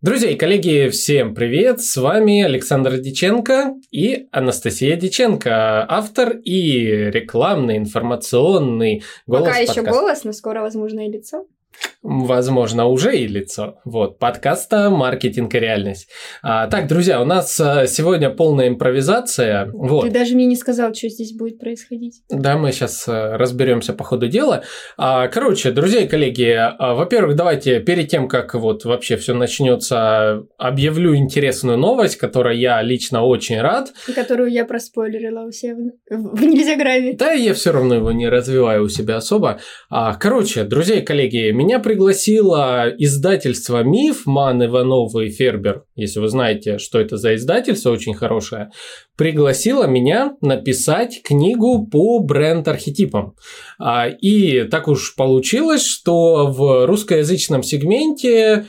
Друзья и коллеги, всем привет! С вами Александр Диченко и Анастасия Диченко, автор и рекламный, информационный голос Пока подкаста. еще голос, но скоро, возможно, и лицо. Возможно, уже и лицо. Подкаста «Маркетинг и реальность». Так, друзья, у нас сегодня полная импровизация. Ты даже мне не сказал, что здесь будет происходить. Да, мы сейчас разберемся по ходу дела. Короче, друзья и коллеги, во-первых, давайте перед тем, как вообще все начнется, объявлю интересную новость, которой я лично очень рад. И которую я проспойлерила у себя в Нельзяграме. Да, я все равно его не развиваю у себя особо. Короче, друзья и коллеги, меня пригласило издательство «Миф», Ман, Иванов и Фербер, если вы знаете, что это за издательство, очень хорошее, пригласило меня написать книгу по бренд-архетипам. И так уж получилось, что в русскоязычном сегменте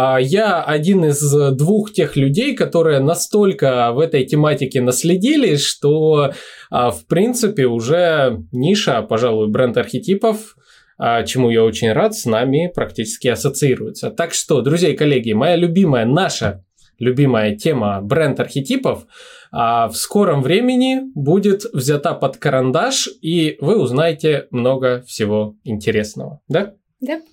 я один из двух тех людей, которые настолько в этой тематике наследили, что, в принципе, уже ниша, пожалуй, бренд-архетипов, чему я очень рад, с нами практически ассоциируется. Так что, друзья и коллеги, наша любимая тема бренд-архетипов в скором времени будет взята под карандаш, и вы узнаете много всего интересного. Да? Да.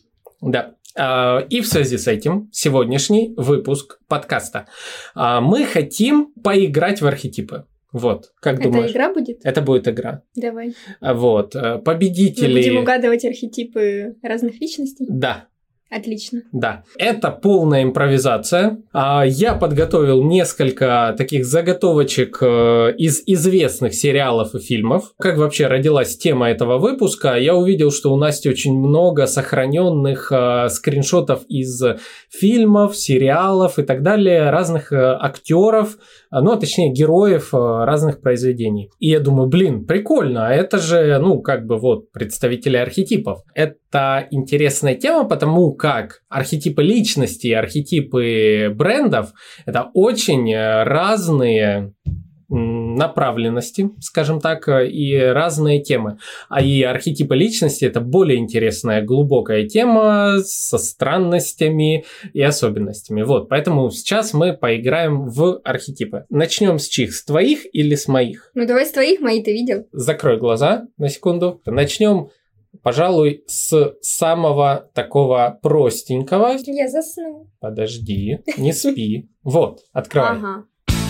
Да. И в связи с этим сегодняшний выпуск подкаста. Мы хотим поиграть в архетипы. Как думаешь? Это игра будет? Это будет игра. Давай. Победители... Мы будем угадывать архетипы разных личностей? Да. Отлично. Да, это полная импровизация. Я подготовил несколько таких заготовочек из известных сериалов и фильмов. Как вообще родилась тема этого выпуска? Я увидел, что у Насти очень много сохраненных скриншотов из фильмов, сериалов и так далее, разных актеров, точнее героев разных произведений. И я думаю, прикольно, это же, представители архетипов. Это интересная тема, потому как архетипы личности, архетипы брендов – это очень разные направленности, скажем так, и разные темы. И архетипы личности – это более интересная, глубокая тема со странностями и особенностями. Поэтому сейчас мы поиграем в архетипы. Начнем с чьих? С твоих или с моих? Давай с твоих, мои ты видел. Закрой глаза на секунду. Начнем, пожалуй, с самого такого простенького. Я засну. Подожди, не спи. Открывай. Ага.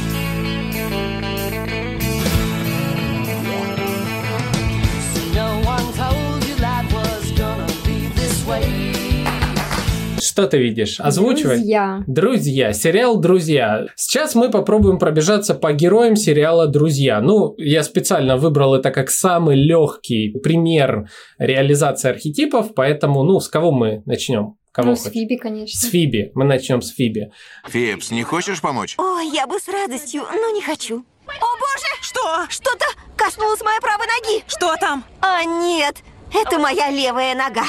Что ты видишь? Озвучивай. Друзья. Сериал «Друзья». Сейчас мы попробуем пробежаться по героям сериала «Друзья». Я специально выбрал это как самый легкий пример реализации архетипов, поэтому, с кого мы начнем? С Фиби, конечно. С Фиби. Мы начнем с Фиби. Фибс, не хочешь помочь? Ой, я бы с радостью, но не хочу. О, боже! Что? Что-то коснулось моей правой ноги. Что там? Нет, это моя левая нога.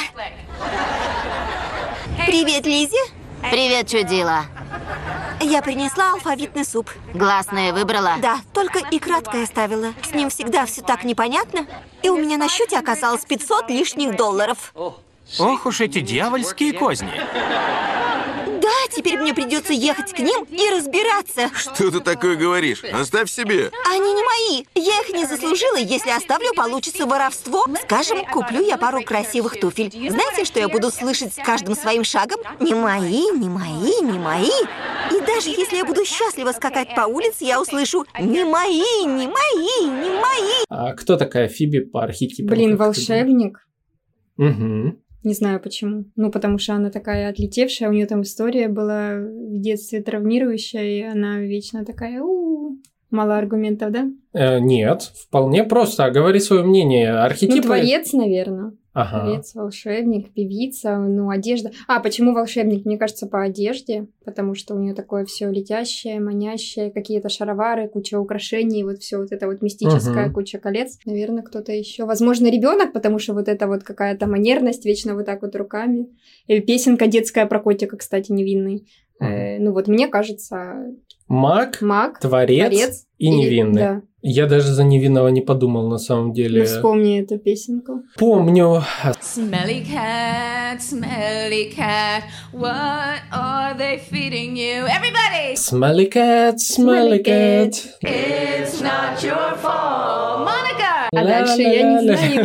Привет, Лиззи. Привет, чудила. Я принесла алфавитный суп. Гласные выбрала? Да, только и краткое оставила. С ним всегда все так непонятно. И у меня на счете оказалось $500 лишних. Ох уж эти дьявольские козни. Да, теперь мне придется ехать к ним и разбираться. Что ты такое говоришь? Оставь себе. Они не мои. Я их не заслужила. Если оставлю, получится воровство. Скажем, куплю я пару красивых туфель. Знаете, что я буду слышать с каждым своим шагом? Не мои, не мои, не мои. И даже если я буду счастливо скакать по улице, я услышу не мои, не мои, не мои. А кто такая Фиби по архетипу? Волшебник. Угу. Не знаю почему. Потому что она такая отлетевшая, у нее там история была в детстве травмирующая, и она вечно такая, мало аргументов, да? Нет, вполне просто. Говори свое мнение. Архетипы... Творец, наверное. Ага. Творец, волшебник, певица, одежда. Почему волшебник? Мне кажется, по одежде, потому что у нее такое все летящее, манящее, какие-то шаровары, куча украшений, все это мистическая, куча колец. Наверное, кто-то еще. Возможно, ребенок, потому что это какая-то манерность, вечно руками. И песенка детская про котика, кстати, невинный. Мне кажется... Маг, творец и невинный. Да. Я даже за невинного не подумал, на самом деле. Ну, вспомни эту песенку. Помню. Smelly cat, what are they feeding you? Everybody! Smelly cat. It's not your fault. Monica! А дальше я не знаю.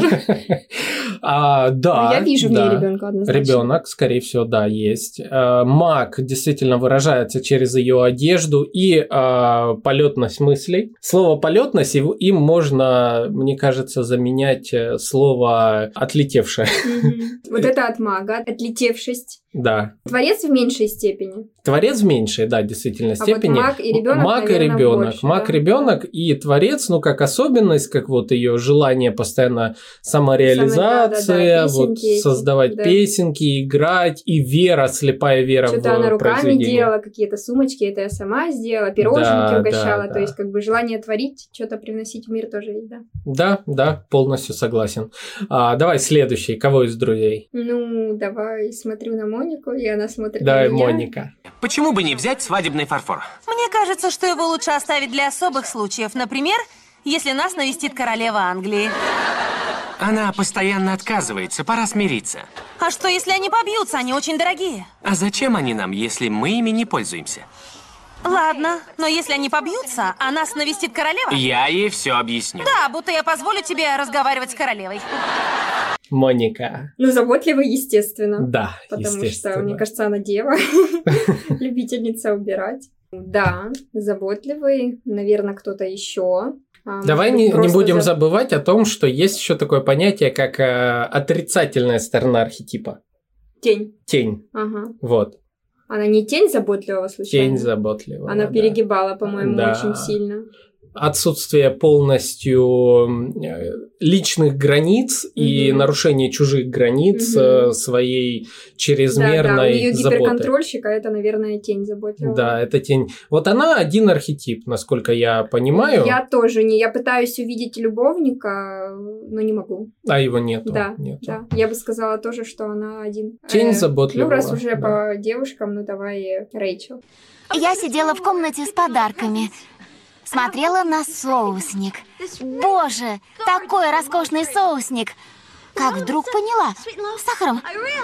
Да. Я вижу в ней ребенка однозначно. Ребенок, скорее всего, да, есть. Маг действительно выражается через ее одежду и полетность мыслей. Слово полетность им можно, мне кажется, заменять слово отлетевшее. Вот это от мага, отлетевшесть. Да. Творец в меньшей степени. Творец в меньшей, да, действительно, степени. Вот маг и ребенок, Маг и наверное, ребенок. больше, Маг, да. ребенок и творец, ну, как особенность, как вот ее желание постоянно самореализация, вот песенки создавать эти, да. песенки, играть, и вера, слепая вера Что-то в она руками произведение. делала, какие-то сумочки, это я сама сделала, пироженки Да, угощала, да. то есть как бы желание творить, что-то привносить в мир тоже есть, да. Да, полностью согласен. Давай следующий. Кого из друзей? Ну, давай, смотрю на Монику, и она смотрит Давай, на меня. Моника. Почему бы не взять свадебный фарфор? Мне кажется, что его лучше оставить для особых случаев. Например, если нас навестит королева Англии. Она постоянно отказывается, пора смириться. А что, если они побьются? Они очень дорогие. А зачем они нам, если мы ими не пользуемся? Ладно, но если они побьются, а нас навестит королева? Я ей все объясню. Да, будто я позволю тебе разговаривать с королевой. Моника. Ну, заботливый, естественно. Да, Потому естественно. что, мне кажется, она дева, любительница убирать. Да, заботливый, наверное, кто-то еще. Давай не будем забывать о том, что есть еще такое понятие, как отрицательная сторона архетипа. Тень. Тень. Ага. Вот. Она не тень заботливого случайно? Тень заботливого. Она да. перегибала, по-моему, Да. очень сильно. Отсутствие полностью личных границ и нарушение чужих границ своей чрезмерной Да, у нее заботы. гиперконтрольщик, а это, наверное, тень заботливого. Да, это тень. Вот она один архетип, насколько я понимаю. Я тоже не. Я пытаюсь увидеть любовника, но не могу. А его нету. Да, нету. да. Я бы сказала тоже, что она один. Тень заботливого. Ну, раз уже да. по девушкам, ну давай Рэйчел. Я сидела в комнате с подарками. Смотрела на соусник. Боже, такой роскошный соусник. Как вдруг поняла. С сахаром.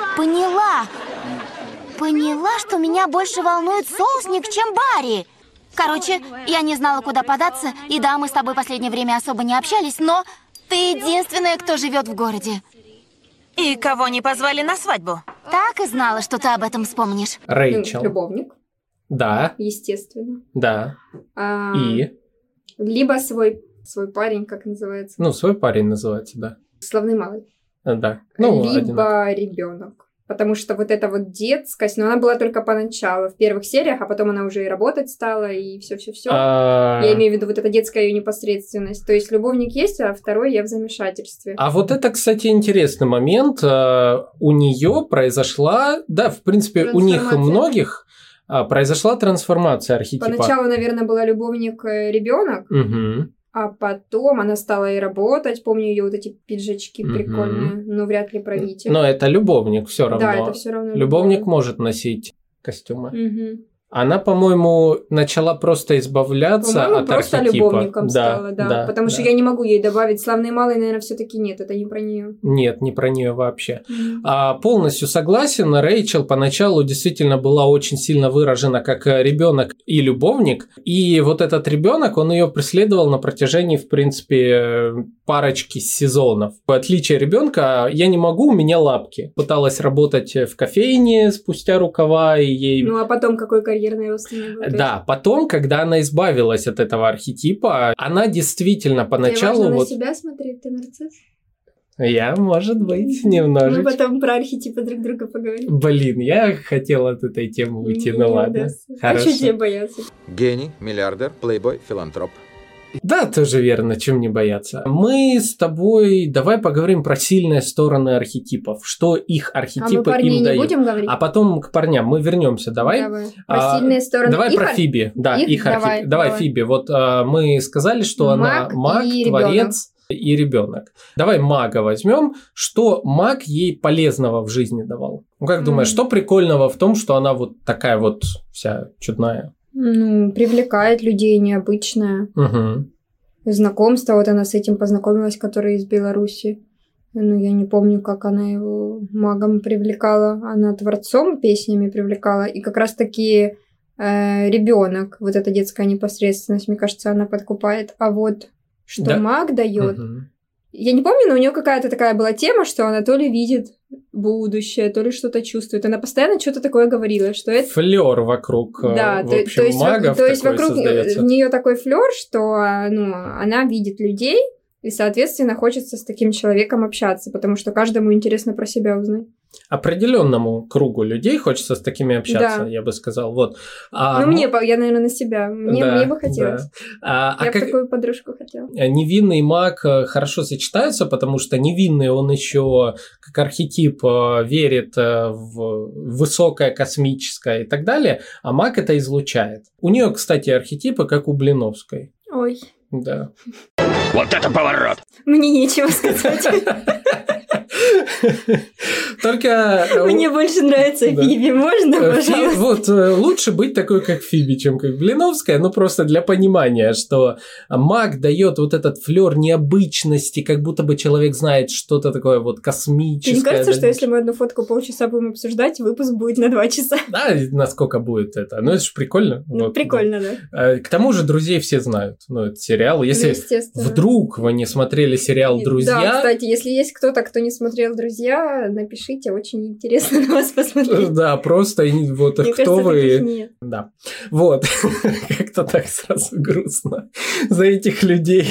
Поняла, что меня больше волнует соусник, чем Барри. Короче, я не знала, куда податься. И да, мы с тобой в последнее время особо не общались, но ты единственная, кто живет в городе. И кого не позвали на свадьбу? Так и знала, что ты об этом вспомнишь. Рэйчел. Ну, любовник, Да, естественно. да. А, И? Либо свой парень, как называется. Ну, свой парень называется, да. Славный малый. Да. Ну, Либо ребенок. Потому что вот эта вот детскость, но она была только поначалу, в первых сериях, а потом она уже и работать стала, и все-все-все. Я имею в виду вот эта детская ее непосредственность. То есть любовник есть, а второй я в замешательстве. А вот это, кстати, интересный момент. У нее произошла, да, в принципе, у них многих произошла трансформация архетипа. Поначалу, наверное, была любовник-ребенок, Угу. а потом она стала и работать. Помню ее вот эти пиджачки прикольные, но вряд ли правитель. Но это любовник все равно. Да, это все равно Любовник может носить костюмы. Угу. Она, по-моему, начала просто избавляться По-моему, от просто архетипа. любовником стала, да. Потому что я не могу ей добавить славный малый, наверное, все-таки нет, это не про нее. Нет, не про нее вообще. Полностью согласен. Рэйчел поначалу действительно была очень сильно выражена как ребенок и любовник. И вот этот ребенок, он ее преследовал на протяжении, в принципе, парочки сезонов. В отличие ребенка, я не могу, у меня лапки. Пыталась работать в кофейне спустя рукава, и ей... Ну, а потом какой карьерный рост у нее был? Да, потом, когда она избавилась от этого архетипа, она действительно поначалу... Тебе важно вот... на себя смотреть, ты нарцисс? Я, может быть, Мы немножечко. потом про архетипы друг друга поговорим. Блин, я хотел от этой темы уйти, ну ладно. А что тебе бояться? Гений, миллиардер, плейбой, филантроп. Да, тоже верно, чем не бояться. Мы с тобой давай поговорим про сильные стороны архетипов, что их А мы архетипы парней им не дают. будем говорить? А потом к парням мы вернемся, давай. Про сильные стороны. Давай их про Фиби. Да, их архетип. Давай Фиби. Вот мы сказали, что она маг, и творец и ребенок. Давай мага возьмем. Что маг ей полезного в жизни давал? Ну, как думаешь, что прикольного в том, что она вот такая вот вся чудная? Ну, привлекает людей, необычная. Угу. знакомство. Вот она с этим познакомилась, который из Беларуси. Ну, я не помню, как она его магом привлекала. Она творцом песнями привлекала. И как раз-таки ребенок, вот эта детская непосредственность, мне кажется, она подкупает. А вот что маг дает... Я не помню, но у нее какая-то такая была тема, что она то ли видит будущее, то ли что-то чувствует. Она постоянно что-то такое говорила, что это... Флёр вокруг, да, в общем, магов то есть вокруг создается. в нее такой флёр, что она видит людей, и, соответственно, хочется с таким человеком общаться, потому что каждому интересно про себя узнать. Определенному кругу людей хочется с такими общаться, Да. я бы сказал. Вот. Я, наверное, на себя. Мне бы хотелось. Да. Я бы такую подружку хотела. Невинный маг хорошо сочетаются, потому что невинный, он еще как архетип верит в высокое космическое и так далее, а маг это излучает. У нее, кстати, архетипы, как у Блиновской. Ой. Да. Вот это поворот! Мне нечего сказать. Только... Мне больше нравится Фиби, можно, пожалуйста? Вот, лучше быть такой, как Фиби, чем как Блиновская, ну просто для понимания, что маг дает вот этот флёр необычности, как будто бы человек знает что-то такое вот космическое. Мне кажется, что если мы одну фотку полчаса будем обсуждать, выпуск будет на 2 часа. Да, насколько будет это? Ну, это же прикольно. Ну, вот, прикольно, да. К тому же «Друзей» все знают. Ну, это сериал. Если вдруг вы не смотрели сериал «Друзья». Да, кстати, если есть кто-то, кто не смотрел «Друзья», напишите, очень интересно на вас посмотреть. Да, просто вот Мне кто кажется, вы. таких нет. Да. Вот. Как-то так сразу грустно за этих людей.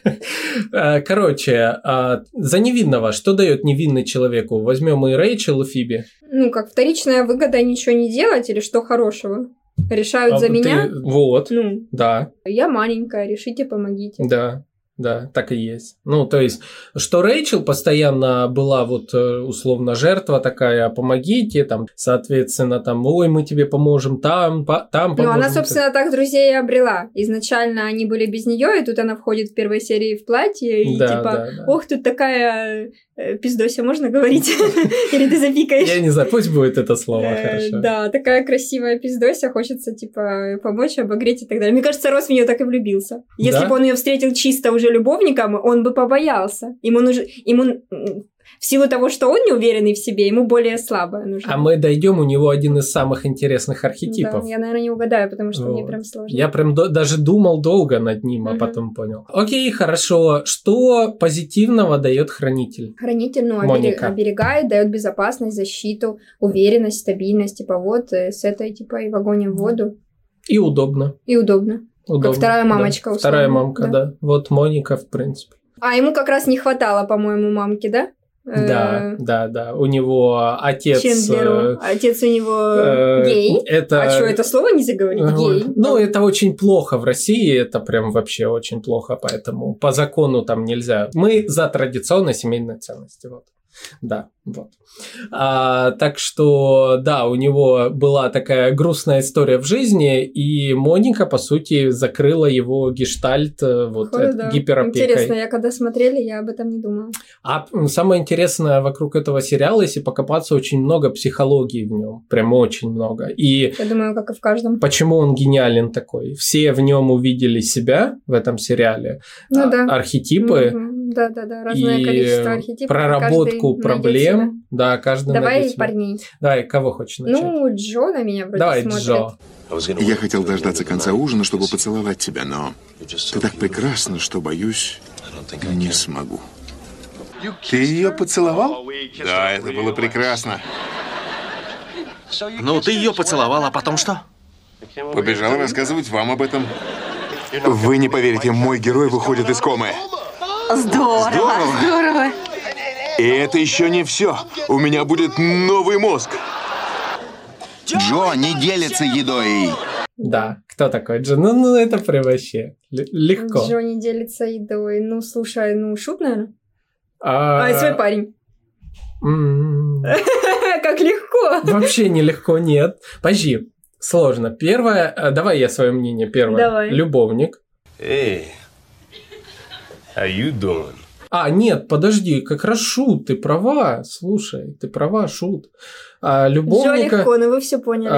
Короче, за невинного. Что дает невинный человеку? Возьмем и Рэйчел, и Фиби. Ну, как вторичная выгода ничего не делать или что хорошего? Решают за меня? Вот. Ну, да. Я маленькая, решите, помогите. Да, так и есть. Ну, то есть, что Рэйчел постоянно была вот условно жертва такая, помогите, там, соответственно, там, ой, мы тебе поможем, там поможем. Ну, она, собственно, так друзей и обрела. Изначально они были без нее, и тут она входит в первой серии в платье, и да. Ох, тут такая пиздося, можно говорить? Или ты запикаешь? Я не знаю, пусть будет это слово, хорошо. Да, такая красивая пиздося, хочется, типа, помочь, обогреть и так далее. Мне кажется, Рос в нее так и влюбился. Если бы он ее встретил чисто уже любовником, он бы побоялся. Ему в силу того, что он не уверенный в себе, ему более слабое нужно. А мы дойдем, у него один из самых интересных архетипов. Да, я, наверное, не угадаю, потому что мне прям сложно. Я прям даже думал долго над ним, а потом понял. Окей, хорошо. Что позитивного дает хранитель? Хранитель, оберегает, дает безопасность, защиту, уверенность, стабильность. Типа вот с этой, типа, и в огонь, и в воду. И удобно. Как вторая мамочка. Да. Вторая мамка, да. Вот Моника, в принципе. А ему как раз не хватало, по-моему, мамки, да? Да. У него отец... Чендлеру. Отец у него гей. А что, это слово не заговорить? Гей. Ну, это очень плохо в России, это прям вообще очень плохо, поэтому по закону там нельзя. Мы за традиционные семейные ценности, вот. Да, вот. Так что, да, у него была такая грустная история в жизни, и Моника, по сути, закрыла его гештальт гиперопекой. Интересно, я когда смотрели, я об этом не думала. А самое интересное вокруг этого сериала, если покопаться, очень много психологии в нем, прям очень много. И я думаю, как и в каждом. Почему он гениален такой? Все в нем увидели себя в этом сериале, архетипы. Да, разное количество архетипов. Проработку проблем. Да, каждый Давай парней. Давай, кого хочешь начать? Ну, Джо на меня вроде смотрит. Джо. Я хотел дождаться конца ужина, чтобы поцеловать тебя, но ты так прекрасна, что, боюсь, не смогу. Ты ее поцеловал? Да, это было прекрасно. Ну, ты ее поцеловал, а потом что? Побежал рассказывать вам об этом. Вы не поверите, мой герой выходит из комы. Здорово. И это еще не все. У меня будет новый мозг. Джо не делится едой. Да, кто такой Джо? Ну, это прям вообще легко. Джо не делится едой. Ну, слушай, шут, наверное. Свой парень. Как легко. Вообще нелегко, нет. Подожди, сложно. Первое, давай я свое мнение первое. Давай. Любовник. Hey, how you doing? Нет, подожди, как раз Шут, ты права. Слушай, ты права, Шут. Любовника... Джо легко, ну вы все поняли,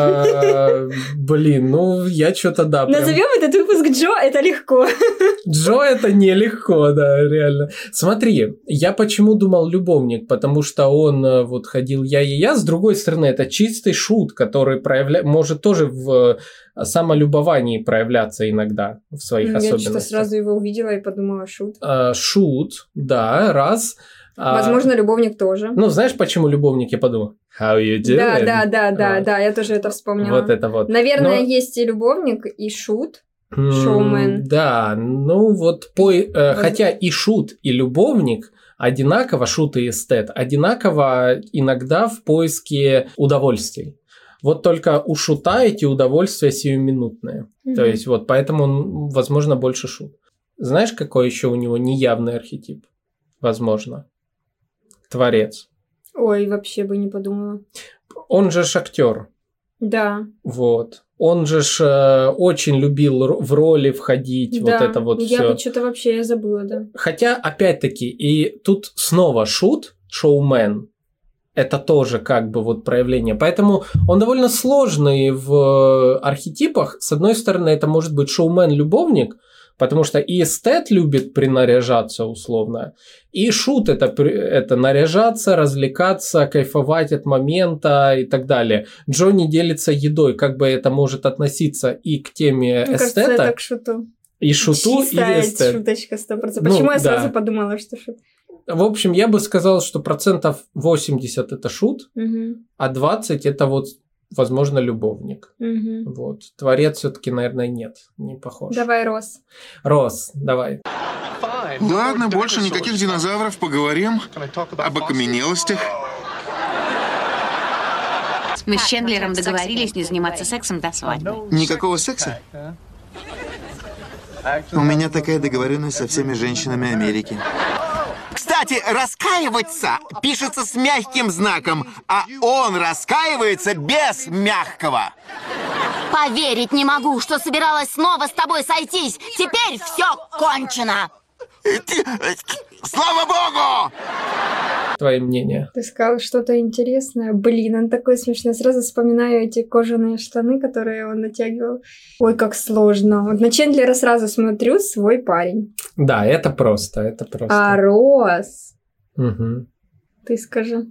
да? Блин, ну я что-то да. Назовем этот выпуск Джо, это легко. Джо это нелегко, да, реально. Смотри, я почему думал любовник, потому что он вот ходил я. С другой стороны, это чистый Шут, который может тоже в самолюбовании проявляться иногда в своих особенностях. Я что-то сразу его увидела и подумала, Шут. Шут, да, раз. Возможно, любовник тоже. Ну, знаешь, почему любовник, я подумал? How you doing? Да, я тоже это вспомнила. Вот это вот. Наверное, есть и любовник, и Шут, шоумен. Да, ну вот, хотя и Шут, и любовник одинаково, Шут и эстет, одинаково иногда в поиске удовольствий. Вот только у Шута эти удовольствия сиюминутные. То есть вот, поэтому он, возможно, больше Шут. Знаешь, какой еще у него неявный архетип? Возможно. Творец. Ой, вообще бы не подумала. Он же актер. Да. Вот. Он же очень любил в роли входить. Да, вот это вот все. Я что-то вообще забыла, да. Хотя, опять-таки, и тут снова Шут, шоумен, это тоже как бы вот проявление. Поэтому он довольно сложный в архетипах. С одной стороны, это может быть шоумен-любовник, потому что и эстет любит принаряжаться условно, и Шут это наряжаться, развлекаться, кайфовать от момента и так далее. Джо не делится едой, как бы это может относиться и к теме эстета. Кажется, это к Шуту. И Шуту, чистая и эстет. Шуточка 100%. Почему я сразу подумала, что Шут? В общем, я бы сказал, что 80% это Шут, а 20% это вот, возможно, любовник. Вот. Творец все-таки, наверное, нет, не похож. Давай, Рос. Рос, давай. Ладно, больше никаких динозавров, поговорим об окаменелостях. Мы с Чендлером договорились не заниматься сексом до свадьбы. Никакого секса? У меня такая договоренность со всеми женщинами Америки. Кстати, раскаиваться пишется с мягким знаком, а он раскаивается без мягкого. Поверить не могу, что собиралась снова с тобой сойтись. Теперь все кончено. Слава богу! Твои мнения? Ты сказал что-то интересное. Блин, он такой смешной. Сразу вспоминаю эти кожаные штаны, которые он натягивал. Ой, как сложно. Вот на Чендлера сразу смотрю, свой парень. Да, это просто. А Рос? Угу. Ты скажи.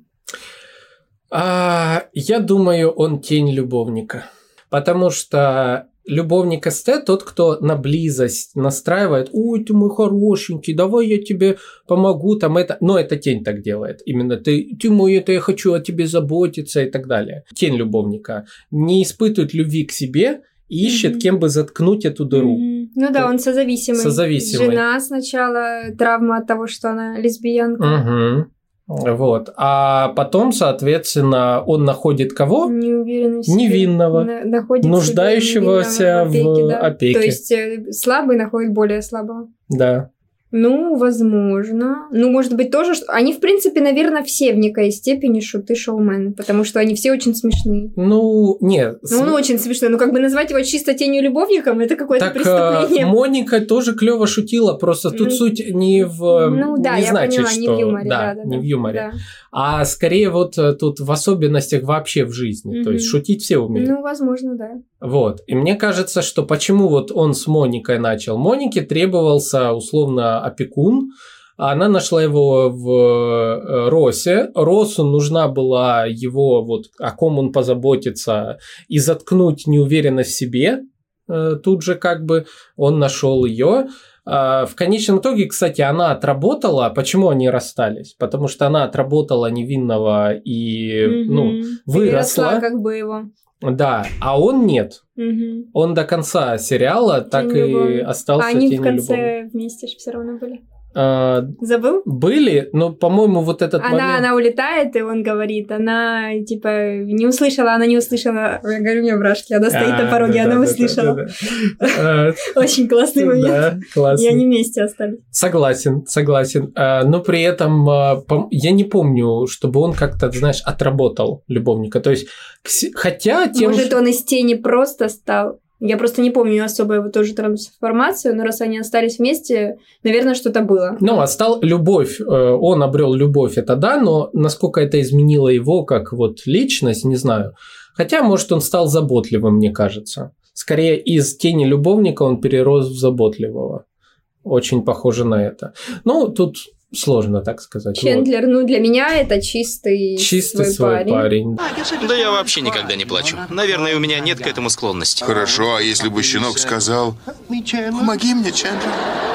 Я думаю, он тень любовника. Потому что любовник эстет тот, кто на близость настраивает. Ой, ты мой хорошенький, давай я тебе помогу, там это. Но это тень так делает. Именно ты мой, это я хочу о тебе заботиться и так далее. Тень любовника не испытывает любви к себе и ищет, кем бы заткнуть эту дыру. Ну да, он созависимый. Созависимый. Жена сначала травма от того, что она лесбиянка. Вот. А потом, соответственно, он находит кого? Невинного. Нуждающегося в опеке. То есть слабый находит более слабого. Да. Ну, возможно. Ну, может быть, тоже... Они, в принципе, наверное, все в некой степени шуты-шоумены, потому что они все очень смешные. Ну, нет. Ну, он очень смешной. Ну, как бы назвать его чисто тенью любовником, это какое-то преступление. Моника тоже клево шутила, просто тут суть не в... Ну, да, не я значит, поняла, что... не в юморе. Да, да, не в юморе. Да. А скорее вот тут в особенностях вообще в жизни. То есть шутить все умеют. Ну, возможно, да. Вот. И мне кажется, что почему вот он с Моникой начал. Монике требовался, условно, опекун. Она нашла его в Росе. Росу нужна была его, вот, о ком он позаботится, и заткнуть неуверенность в себе. Тут же как бы он нашел ее. В конечном итоге, кстати, она отработала. Почему они расстались? Потому что она отработала невинного и выросла. Как бы его. Да, а он нет. Он до конца сериала так и остался тенью любовника. Они в конце вместе же все равно были. Забыл? Были, но, по-моему, вот этот момент... Она улетает, и он говорит, она, типа, не услышала, она не услышала. Я говорю, у меня вражки, она стоит на пороге, она услышала. Очень классный момент. Да, классный. И они вместе остались. Согласен. Но при этом я не помню, чтобы он как-то, знаешь, отработал любовника. То есть, хотя... Может, он из тени просто стал... Я просто не помню особо его тоже трансформацию, но раз они остались вместе, наверное, что-то было. Ну, стал любовь, он обрел любовь, это да, но насколько это изменило его как вот личность, не знаю. Хотя, может, он стал заботливым, мне кажется. Скорее, из тени любовника он перерос в заботливого. Очень похоже на это. Ну, тут сложно так сказать. Чендлер, вот. Ну, для меня это чистый свой парень. Да я вообще никогда не плачу. Наверное, у меня нет к этому склонности. Хорошо, а если бы щенок сказал: «Помоги мне, Чендлер».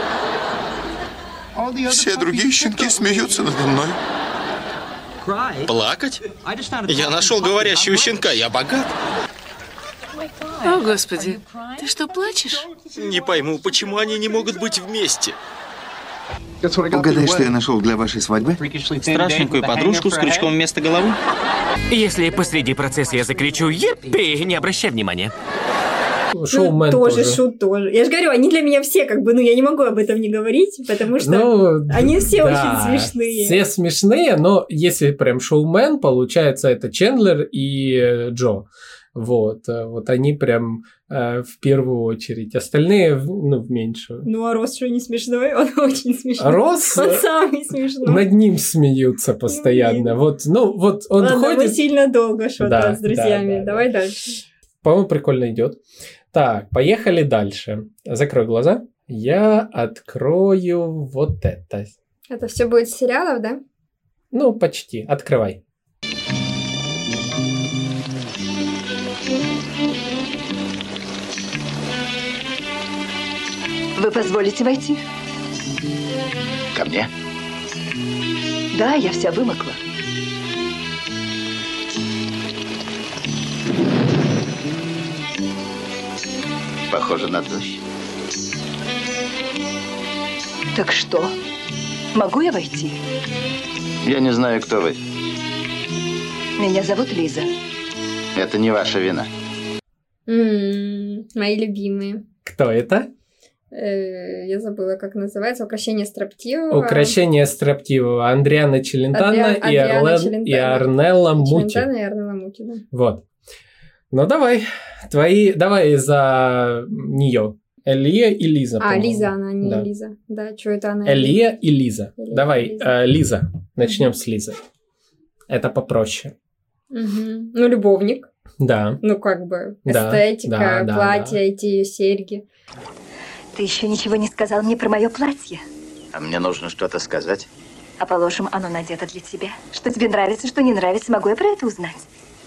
Все другие щенки смеются надо мной. Плакать? Я нашел говорящего щенка, я богат. О, Господи, ты что, плачешь? Не пойму, почему они не могут быть вместе. Угадай, что я нашел для вашей свадьбы? Страшненькую подружку с крючком вместо головы. Если посреди процесса я закричу «Еппи!», не обращай внимания. Шоумен тоже. Шут тоже. Я же говорю, они для меня все как бы, я не могу об этом не говорить, потому что они все очень смешные. Все смешные, но если прям шоумен, получается, это Чендлер и Джо. Вот они прям в первую очередь. Остальные, в меньшую. Ну, а Росс что не смешной? Он очень смешной. Росс? Он самый смешной. Над ним смеются постоянно. Вот он ладно, ходит... мы сильно долго что-то с друзьями. Давай дальше. По-моему, прикольно идет. Так, поехали дальше. Закрой глаза. Я открою вот это. Это все будет с сериалов, да? Ну, почти. Открывай. Вы позволите войти? Ко мне? Да, я вся вымокла. Похоже на дождь. Так что? Могу я войти? Я не знаю, кто вы. Меня зовут Лиза. Это не ваша вина. Мои любимые. Кто это? Я забыла, как называется. «Укрощение строптивого». «Укрощение строптивого». Адриана Челентано и Орнелла Мути. Челентано и Орнелла Мути, да. Вот. Ну, давай за нее. Элия и Лиза. Лиза, она не да. Лиза. Да, что это она? Элия и Лиза. Давай, Лиза. Начнем с Лизы. Это попроще. Ну, любовник. Да. Ну, как бы эстетика, платье, эти ее серьги. Ты еще ничего не сказал мне про мое платье. А мне нужно что-то сказать. А положим, оно надето для тебя. Что тебе нравится, что не нравится, могу я про это узнать?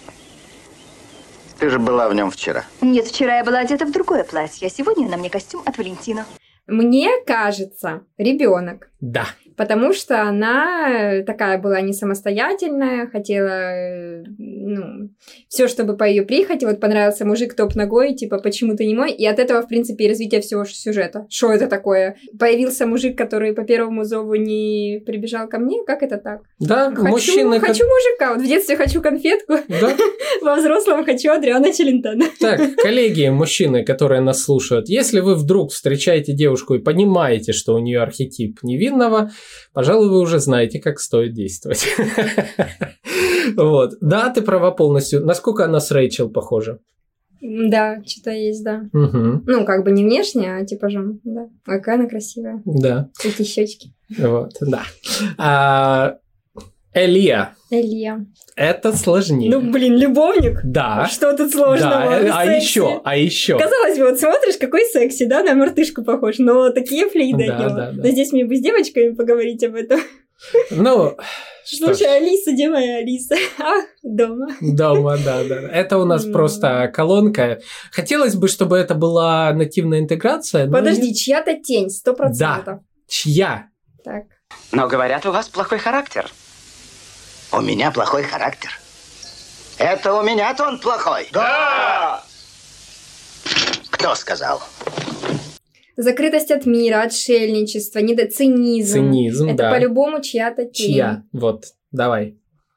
Ты же была в нем вчера. Нет, вчера я была одета в другое платье, а сегодня на мне костюм от Валентино. Мне кажется, ребенок. Да. Потому что она такая была не самостоятельная, хотела, все, чтобы по ее прихоти. Вот понравился мужик топ ногой, типа, почему ты не мой? И от этого, в принципе, и развитие всего сюжета. Что это такое? Появился мужик, который по первому зову не прибежал ко мне? Как это так? Да, хочу мужика. Вот в детстве хочу конфетку, да? Во взрослом хочу Адриана Челентано. Так, коллеги, мужчины, которые нас слушают, если вы вдруг встречаете девушку и понимаете, что у нее архетип невинного, пожалуй, вы уже знаете, как стоит действовать. Вот. Да, ты права полностью. Насколько она с Рэйчел похожа? Да, что-то есть, да. Ну, как бы не внешне, а типажом, да. Какая она красивая. Да. Эти щечки. Вот, да. Элия. Это сложнее. Ну, блин, любовник? Да. Что тут сложного? Да, а еще. Казалось бы, вот смотришь, какой секси, да, на мартышку похож, но такие флейды от него. Да. Но здесь мне бы с девочками поговорить об этом. Ну, слушай, Алиса, где моя Алиса? Дома. Дома, да. Это у нас просто колонка. Хотелось бы, чтобы это была нативная интеграция. Подожди, чья-то тень, 100%. Да, чья? Так. Но говорят, у вас плохой характер. У меня плохой характер. Это у меня-то он плохой. Да! Кто сказал? Закрытость от мира, отшельничество, цинизм. Цинизм, это по-любому чья-то тень. Чья? Вот, давай.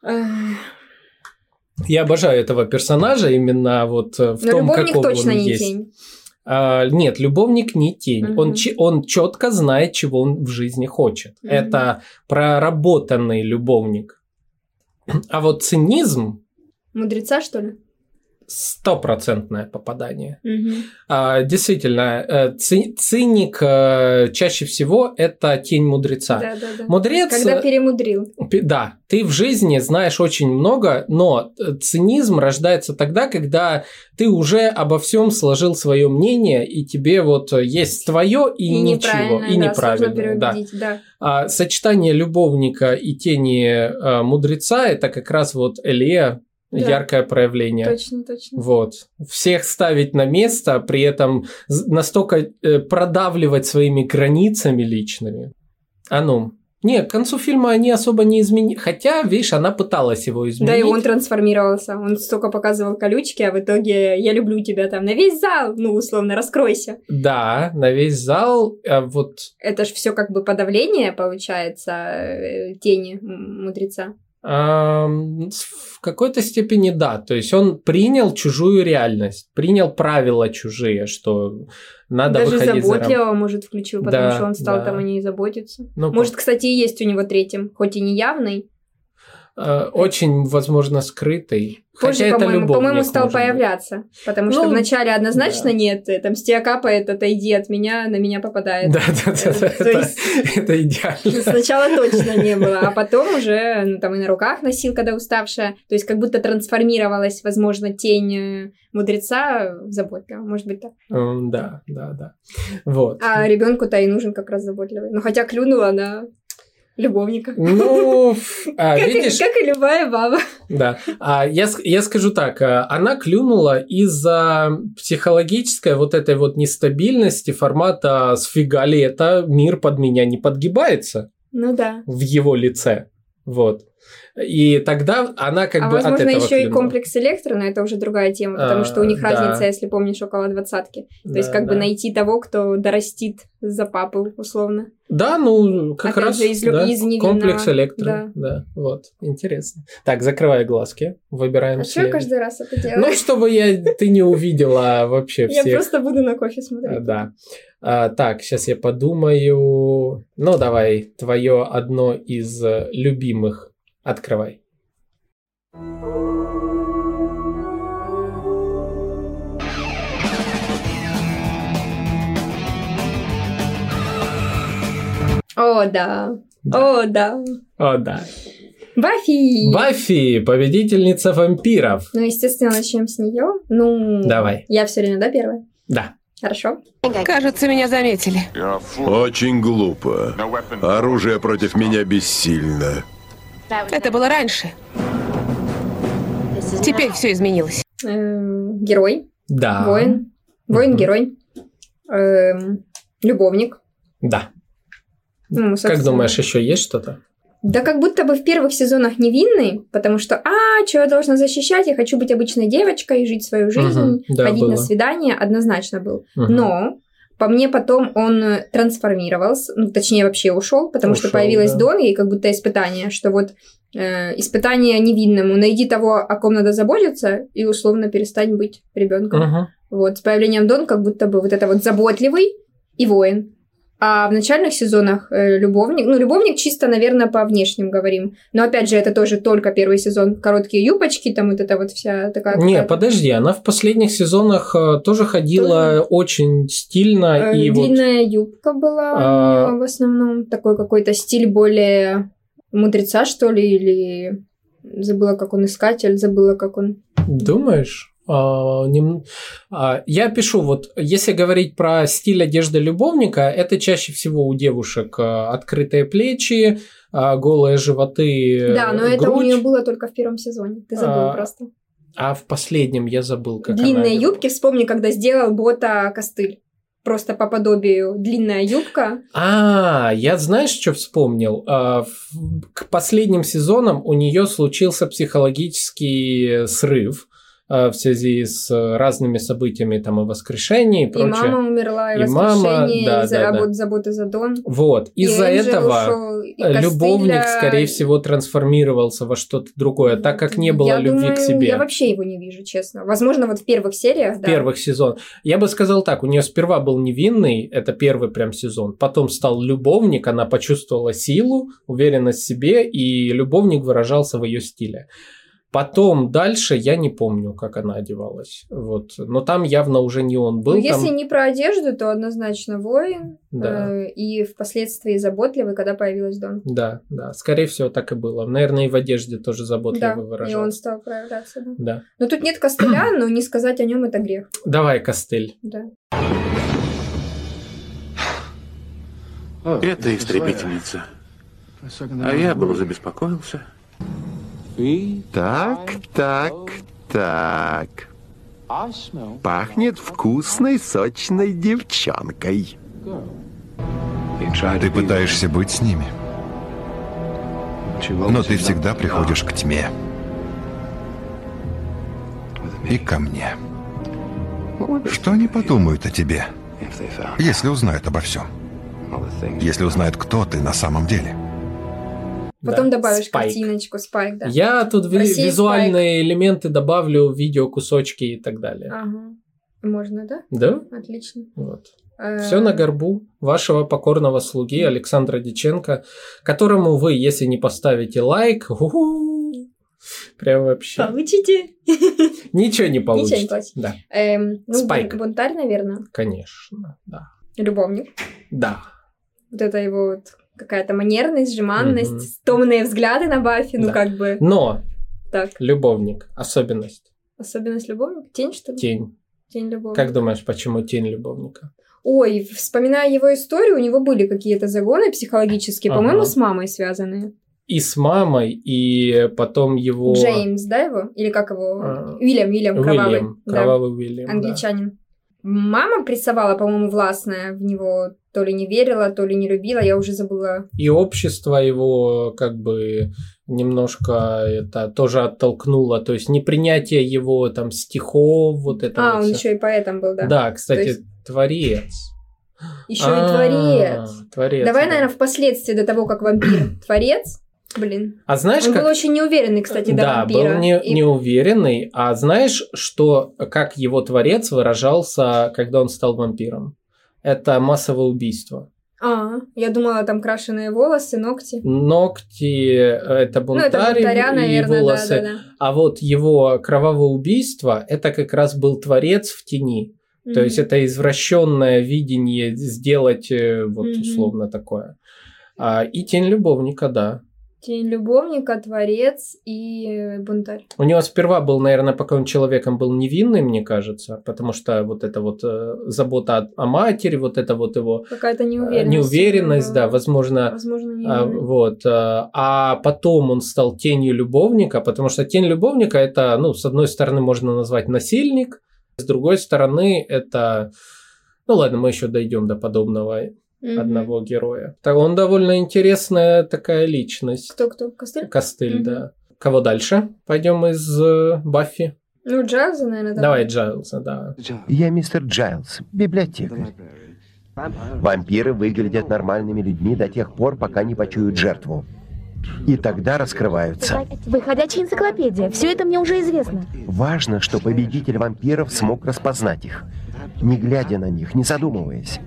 Я обожаю этого персонажа именно вот в том, какого он есть. Любовник точно не тень. Нет, любовник не тень. Он четко знает, чего он в жизни хочет. Это проработанный любовник. А вот цинизм... Мудреца, что ли? 100% попадание. Мгм. Действительно, циник чаще всего это тень мудреца. Да. Мудрец... Когда перемудрил. Да, ты в жизни знаешь очень много, но цинизм рождается тогда, когда ты уже обо всем сложил свое мнение, и тебе вот есть твое и ничего, и неправильно. Да. Да. Сочетание любовника и тени мудреца – это как раз вот Элия, Да. яркое проявление. Точно. Вот. Всех ставить на место, при этом настолько продавливать своими границами личными. Не, к концу фильма они особо не изменили. Хотя, видишь, она пыталась его изменить. Да, и он трансформировался. Он столько показывал колючки, а в итоге я люблю тебя там на весь зал. Ну, условно, раскройся. Да, на весь зал. Вот. Это ж все как бы подавление, получается, тени мудреца. В какой-то степени да. То есть он принял чужую реальность, принял правила чужие, что надо даже выходить за заботливого, может, включил, потому что он стал там о ней заботиться. Может, кстати, и есть у него третьим, хоть и не явный. Очень, возможно, скрытый. Позже, Хотя это любовник, по-моему, стал может быть. появляться. Потому что вначале однозначно нет. Там с тебя капает, отойди от меня, на меня попадает. Да, это идеально. Сначала точно не было, а потом уже там и на руках носил, когда уставшая. То есть как будто трансформировалась, возможно, тень мудреца в заботливого. Может быть так. Да. Вот. А ребенку-то и нужен как раз заботливый. Ну, хотя клюнула на любовника. Видишь? Как и любая баба. Да. Я скажу так, она клюнула из-за психологической вот этой вот нестабильности формата «сфига ли это, мир под меня не подгибается». Ну да. В его лице. Вот. И тогда она как бы от этого возможно, еще клюнула. и комплекс Электро, но это уже другая тема, потому что у них разница, если помнишь, около 20-ки. То есть как бы найти того, кто дорастит за папу, условно. Да, ну, как опять раз же, из невинного. комплекс Электро. Да, вот, интересно. Так, закрывай глазки, выбираем что я каждый раз это делаю? Ну, чтобы ты не увидела вообще всех. Я просто буду на кофе смотреть. Да. Так, сейчас я подумаю. Ну, давай, твое одно из любимых. Открывай. О, да. О, да. О, да. Баффи, победительница вампиров. Ну, естественно, начнем с нее. Ну, давай. Я все время, да, первая? Да. Хорошо. Кажется, меня заметили. Очень глупо. Оружие против меня бессильно. Это было раньше. Теперь все изменилось. Герой. Да. Воин. Воин-герой. Любовник. Да. Ну, как думаешь, еще есть что-то? Да как будто бы в первых сезонах невинный, потому что, что я должна защищать, я хочу быть обычной девочкой, жить свою жизнь, ходить на свидания, однозначно был. Но по мне потом он трансформировался, ну, точнее, вообще ушел, потому что появилась Донна, и как будто испытание, что вот испытание невинному, найди того, о ком надо заботиться, и условно перестань быть ребенком. Вот, с появлением Дон как будто бы вот это вот заботливый и воин. А в начальных сезонах любовник, ну, любовник чисто, наверное, по внешним говорим. Но, опять же, это тоже только первый сезон. Короткие юбочки, там вот это вот вся такая... Не, подожди, она в последних сезонах тоже ходила очень стильно. И длинная юбка была в основном. Такой какой-то стиль более мудреца, что ли, или... Забыла, как он искатель, забыла, как он... Думаешь? Я пишу, вот если говорить про стиль одежды любовника, это чаще всего у девушек открытые плечи, голые животы, да, но это у нее было только в первом сезоне, ты забыл просто. А в последнем я забыл, как длинные юбки, вспомни, когда сделал бота костыль. Просто по подобию длинная юбка. Я знаешь, что вспомнил? К последним сезонам у нее случился психологический срыв в связи с разными событиями, там, и воскрешении, и прочее. И мама умерла, и воскрешение, и заботы за Дон. Вот. Из-за этого любовник, скорее всего, трансформировался во что-то другое, так как не было любви к себе. Я вообще его не вижу, честно. Возможно, вот в первых сериях, в первых сезонах. Я бы сказал так, у нее сперва был невинный, это первый прям сезон, потом стал любовник, она почувствовала силу, уверенность в себе, и любовник выражался в ее стиле. Потом дальше я не помню, как она одевалась. Вот. Но там явно уже не он был. Ну, там... если не про одежду, то однозначно воин. Да. И впоследствии заботливый, когда появилась Дон. Да, да. Скорее всего, так и было. Наверное, и в одежде тоже заботливо выражался. И он стал проявляться, да. Да. Но тут нет костыля, но не сказать о нем это грех. Давай костыль. Да. Это истребительница. А я был забеспокоился. Так. Пахнет вкусной, сочной девчонкой. Ты пытаешься быть с ними, но ты всегда приходишь к тьме. И ко мне. Что они подумают о тебе, если узнают обо всем? Если узнают, кто ты на самом деле? Потом добавишь Спайк. картиночку, Спайк, да. Я тут визуальные элементы добавлю, видео, кусочки и так далее. Ага. Можно, да? Да? Отлично. Вот. Все на горбу вашего покорного слуги Александра Дьяченко, которому вы, если не поставите лайк, прям вообще... Получите. Ничего не получите. Ничего не получите. Да. Спайк. Бунтарь, наверное. Конечно, да. Любовник. Да. Вот это его вот какая-то манерность, жеманность, томные взгляды на Баффи, ну как бы... Но так. Любовник. Особенность. Особенность любовника? Тень, что ли? Тень. Тень любовника. Как думаешь, почему тень любовника? Ой, вспоминая его историю, у него были какие-то загоны психологические, по-моему, с мамой связанные. И с мамой, и потом его... Джеймс, да, его? Или как его? Уильям, кровавый. Кровавый Уильям, англичанин. Да. Мама прессовала, по-моему, властная, в него то ли не верила, то ли не любила, я уже забыла. И общество его как бы немножко это тоже оттолкнуло, то есть непринятие его там стихов, вот это вот он всё. еще и поэтом был, да? Да, кстати, есть... творец. Еще и творец. Творец. Давай, да. наверное, впоследствии до того, как вампир. Творец? Блин. А знаешь, он как... был очень неуверенный, кстати, до вампира. Да, был неуверенный. А знаешь, как его творец выражался, когда он стал вампиром? Это массовое убийство. Я думала, там крашеные волосы, ногти. Ногти, это бунтарь, наверное, и волосы. Да. А вот его кровавое убийство, это как раз был творец в тени. То есть это извращенное видение сделать вот условно такое. И тень любовника, да. Тень любовника, творец и бунтарь. У него сперва был, наверное, пока он человеком был невинный, мне кажется, потому что вот эта вот забота о матери, вот это вот его... Какая-то неуверенность. Неуверенность, да, возможно вот. А потом он стал тенью любовника, потому что тень любовника это, ну, с одной стороны, можно назвать насильник, с другой стороны, это... Ну ладно, мы еще дойдем до подобного одного героя. Он довольно интересная такая личность. Кто? Костыль? Костыль, да. Кого дальше? Пойдем из Баффи. Ну, Джайлза, наверное, да. Давай Джайлза, да. Я мистер Джайлз, библиотекарь. Вампиры выглядят нормальными людьми до тех пор, пока не почуют жертву. И тогда раскрываются. Вы ходячая энциклопедия. Все это мне уже известно. Важно, что победитель вампиров смог распознать их, не глядя на них, не задумываясь.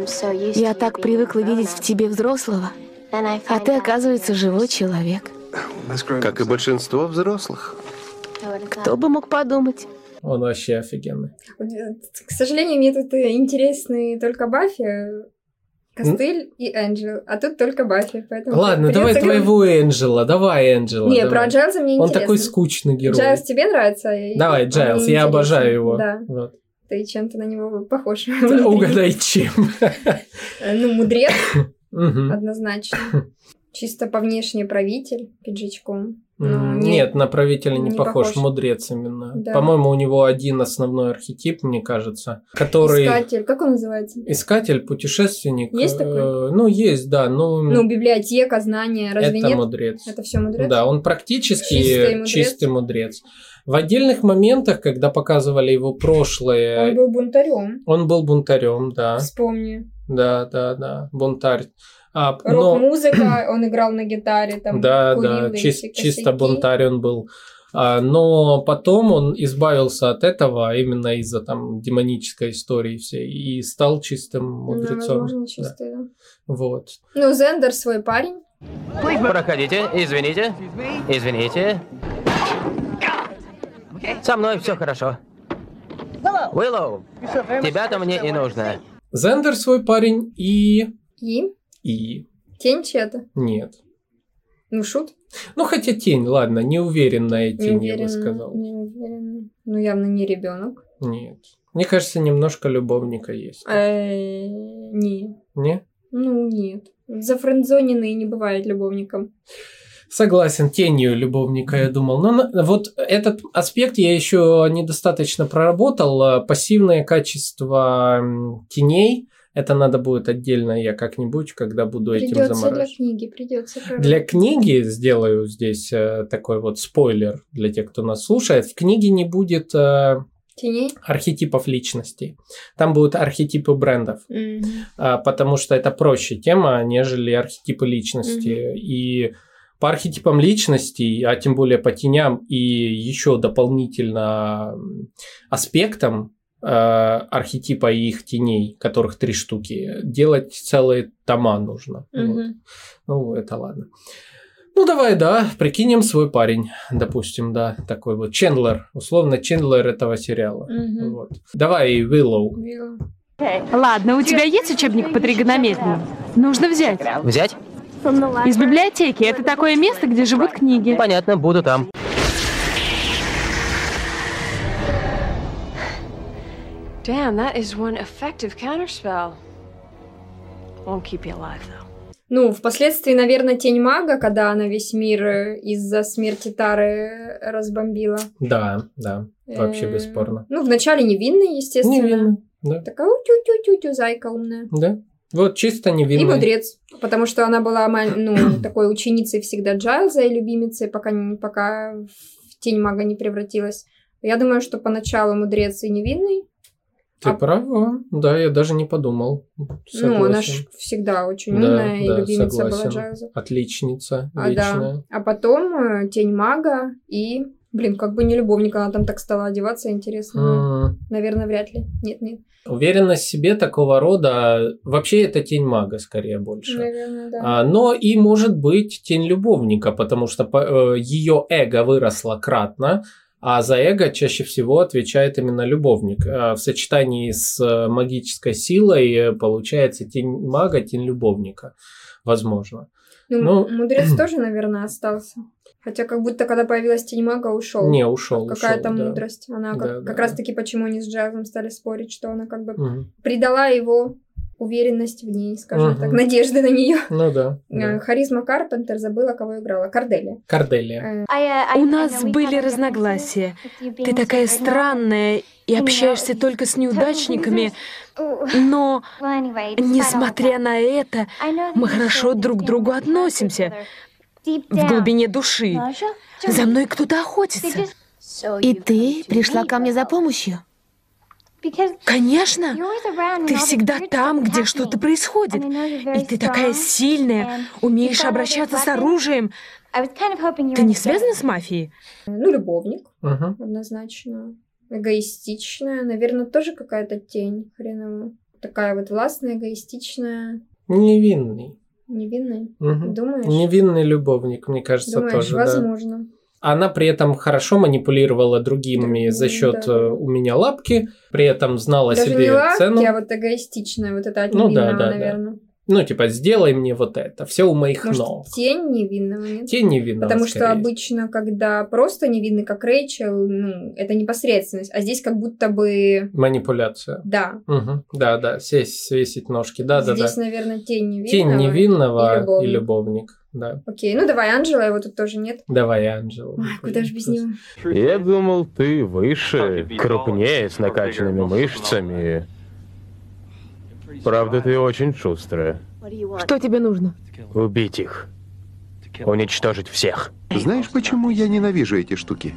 Я так привыкла видеть в тебе взрослого, а ты, оказывается, живой человек. Как и большинство взрослых. Кто бы мог подумать? Он вообще офигенный. К сожалению, мне тут интересны только Баффи, Костыль и Энджел, а тут только Баффи. Поэтому ладно, давай твоего Энджела, давай Энджела. Не, про Джайлза мне интересно. Он такой скучный герой. Джайлз тебе нравится? Давай, Джайлз, я обожаю его. Да. Вот. Ты чем-то на него похож. Угадай, чем. Ну, мудрец, однозначно. Чисто по внешне правитель, пиджачком. Нет, на правителя не похож, мудрец именно. Да. По-моему, у него один основной архетип, мне кажется, который... Искатель, как он называется? Искатель, путешественник. Есть такой? Ну, есть, да. Ну, библиотека, знания, разве нет? Это мудрец. Это все мудрец? Да, он практически чистый мудрец. В отдельных моментах, когда показывали его прошлое... Он был бунтарем. Он был бунтарем, да. Вспомни. Да, бунтарь. Рок-музыка, он играл на гитаре, там курил, чисто бунтарь он был. Но потом он избавился от этого именно из-за там демонической истории всей и стал чистым мудрецом. Возможно, чистый, да. Вот. Ну, Зендер свой парень. Проходите, извините. Со мной все хорошо. Уиллоу, тебя-то мне и нужно. Зендер свой парень и... И? Тень чья-то? Нет. Ну, шут? Ну, хотя тень, ладно, неуверенная тень, я бы сказал. Неуверенная. Ну, явно не ребенок. Нет. Мне кажется, немножко любовника есть. Не. Не? Ну, нет. Зафрендзоненный не бывает любовником. Согласен, тенью любовника, я думал. Но вот этот аспект я еще недостаточно проработал. Пассивные качества теней, это надо будет отдельно я как-нибудь, когда буду этим заморачиваться. Придется. Для книги сделаю здесь такой вот спойлер для тех, кто нас слушает. В книге не будет теней? Архетипов личностей. Там будут архетипы брендов. Потому что это проще тема, нежели архетипы личности. И по архетипам личностей, а тем более по теням и еще дополнительно аспектам архетипа и их теней, которых 3 штуки, делать целые тома нужно. Вот. Ну, это ладно. Ну, давай, да, прикинем свой парень, допустим, да, такой вот Чендлер, условно Чендлер этого сериала. Вот. Давай, Уиллоу. Ладно, у тебя есть учебник по тригонометрии? Нужно взять. Взять? Из библиотеки. Это такое место, где живут книги. Понятно, буду там. Damn, that is one effective counterspell. Won't keep you alive, though. Ну, впоследствии, наверное, тень мага, когда она весь мир из-за смерти Тары разбомбила. Да, вообще бесспорно. Ну, вначале невинный, естественно. Невинный, да. Такая утю-тю-тю-тю, зайка умная. Да, вот чисто невинный. И мудрец, потому что она была, такой ученицей всегда Джайлза и любимицей, пока в тень мага не превратилась. Я думаю, что поначалу мудрец и невинный. Ты права, да, я даже не подумал. Согласен. Ну, она же всегда очень умная, и любимица была Джайлза. Отличница, вечная. Да. А потом тень мага и... Блин, как бы не любовник, она там так стала одеваться, интересно. Наверное, вряд ли. Нет. Уверенность в себе такого рода, вообще это тень мага скорее больше. Наверное, да. Но и может быть тень любовника, потому что ее эго выросло кратно, а за эго чаще всего отвечает именно любовник. В сочетании с магической силой получается тень мага, тень любовника. Возможно. Ну, мудрец тоже, наверное, остался. Хотя как будто, когда появилась тень мага, ушел. Не, ушел. Какая-то мудрость. Да. Она как раз-таки, почему они с Джайлзом стали спорить, что она как бы придала его уверенность в ней, скажем так, надежды на нее. Ну да. Харизма Карпентер, забыла, кого играла. Корделия. У нас были разногласия. Ты такая странная и общаешься только с неудачниками, но, несмотря на это, мы хорошо друг к другу относимся. В глубине души. За мной кто-то охотится. И ты пришла ко мне за помощью? Конечно. Ты всегда там, где что-то происходит. И ты такая сильная, умеешь обращаться с оружием. Ты не связана с мафией? Ну, любовник, однозначно. Эгоистичная. Наверное, тоже какая-то тень хреновая. Такая вот властная, эгоистичная. Невинный. Невинный? Думаешь? Невинный любовник, мне кажется, тоже. Возможно. Да. Она при этом хорошо манипулировала другими за счет «у меня лапки», при этом знала даже себе не лапки, цену. А вот эгоистичная, вот это от невинного, наверное. Ну, типа, сделай мне вот это, все у моих ног. Тень невинного, нет? Тень невинного, потому скорее. что обычно, когда просто невинный, как Рэйчел, это непосредственность, а здесь как будто бы... Манипуляция. Да. Да, свесить ножки, Здесь, наверное, тень невинного. Тень невинного и любовник. Да. Окей, ну давай Анджела, его тут тоже нет. Давай Анджела. Ой, куда же без него? Я думал, ты выше, крупнее, с накачанными мышцами. Правда, ты очень шустрая. Что тебе нужно? Убить их. Уничтожить всех. Знаешь, почему я ненавижу эти штуки?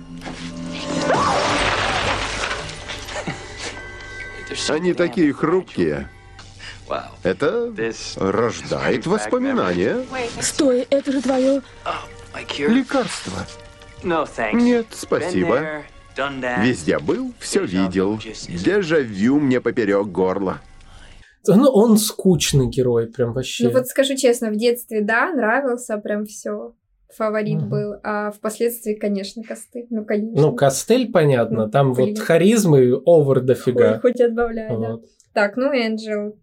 Они такие хрупкие. Это рождает воспоминания. Стой, это же твое... Лекарство. Нет, спасибо. Везде был, все видел. Дежавю мне поперек горла. Ну, он скучный герой, прям вообще. Ну вот скажу честно, в детстве, да, нравился прям все. фаворит был, а впоследствии, конечно, Костыль. Ну, конечно. Ну, Костыль, понятно, там вот харизмы овер дофига. Хоть отбавляй, да. Так, ну, Энджел,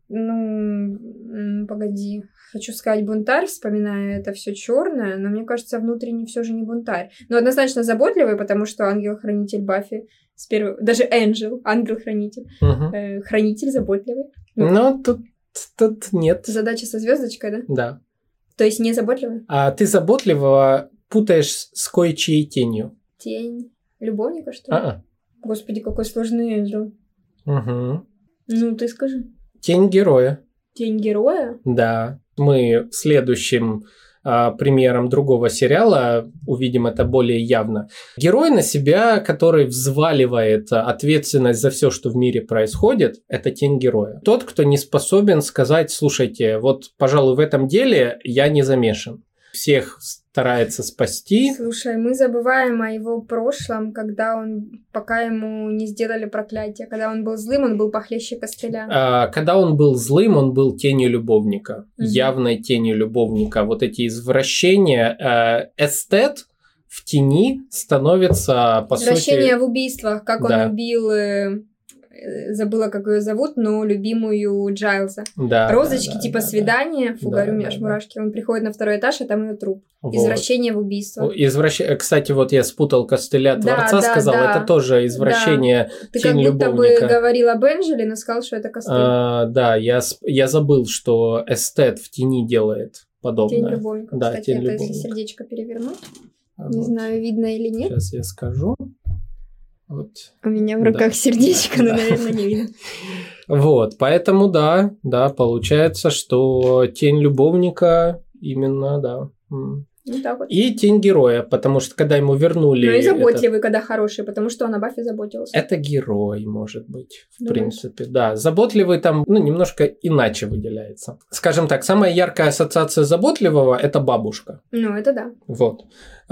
ну, погоди. Хочу сказать бунтарь, вспоминая это все черное, но мне кажется, внутренне все же не бунтарь. Но однозначно заботливый, потому что ангел-хранитель Баффи с первого... Даже Энджел, ангел-хранитель. Хранитель заботливый. Ну, тут нет. Задача со звездочкой, да? Да. То есть не заботливый? А ты заботливого путаешь с кое-чьей тенью. Тень любовника, что ли? Господи, какой сложный Энджел. Угу. Ну, ты скажи. Тень героя. Тень героя? Да. Мы в следующем примером другого сериала увидим это более явно. Герой на себя, который взваливает ответственность за все, что в мире происходит, это тень героя. Тот, кто не способен сказать: слушайте, вот, пожалуй, в этом деле я не замешан. Всех старается спасти. Слушай, мы забываем о его прошлом, пока ему не сделали проклятие. Когда он был злым, он был похлеще Костыля. Когда он был злым, он был тенью любовника. Явной тенью любовника. Вот эти извращения. Эстет в тени становится, по сути... Извращение в убийствах. Как он убил... Забыла, как ее зовут, но любимую Джайлза. Розочки, типа свидания. Фу, говорю, у меня аж мурашки. Он приходит на второй этаж, а там ее труп. Вот. Извращение в убийствах. Кстати, вот я спутал Костыля Творца, сказал, это тоже извращение тень любовника. Ты как будто бы говорил об Энджеле, но сказал, что это Костыль. Да, я забыл, что эстет в тени делает подобное. Тень любовника, да, кстати, это если сердечко перевернуть. Не знаю, видно или нет. Сейчас я скажу. Вот. У меня в руках сердечко, но, наверное, не видно. Вот, поэтому да, получается, что тень любовника именно, да. Так вот. И тень героя, потому что когда ему вернули... Ну и заботливый, когда хороший, потому что он о Баффи заботился. Это герой, может быть, в принципе. Да, заботливый там немножко иначе выделяется. Скажем так, самая яркая ассоциация заботливого – это бабушка. Ну, это да. Вот.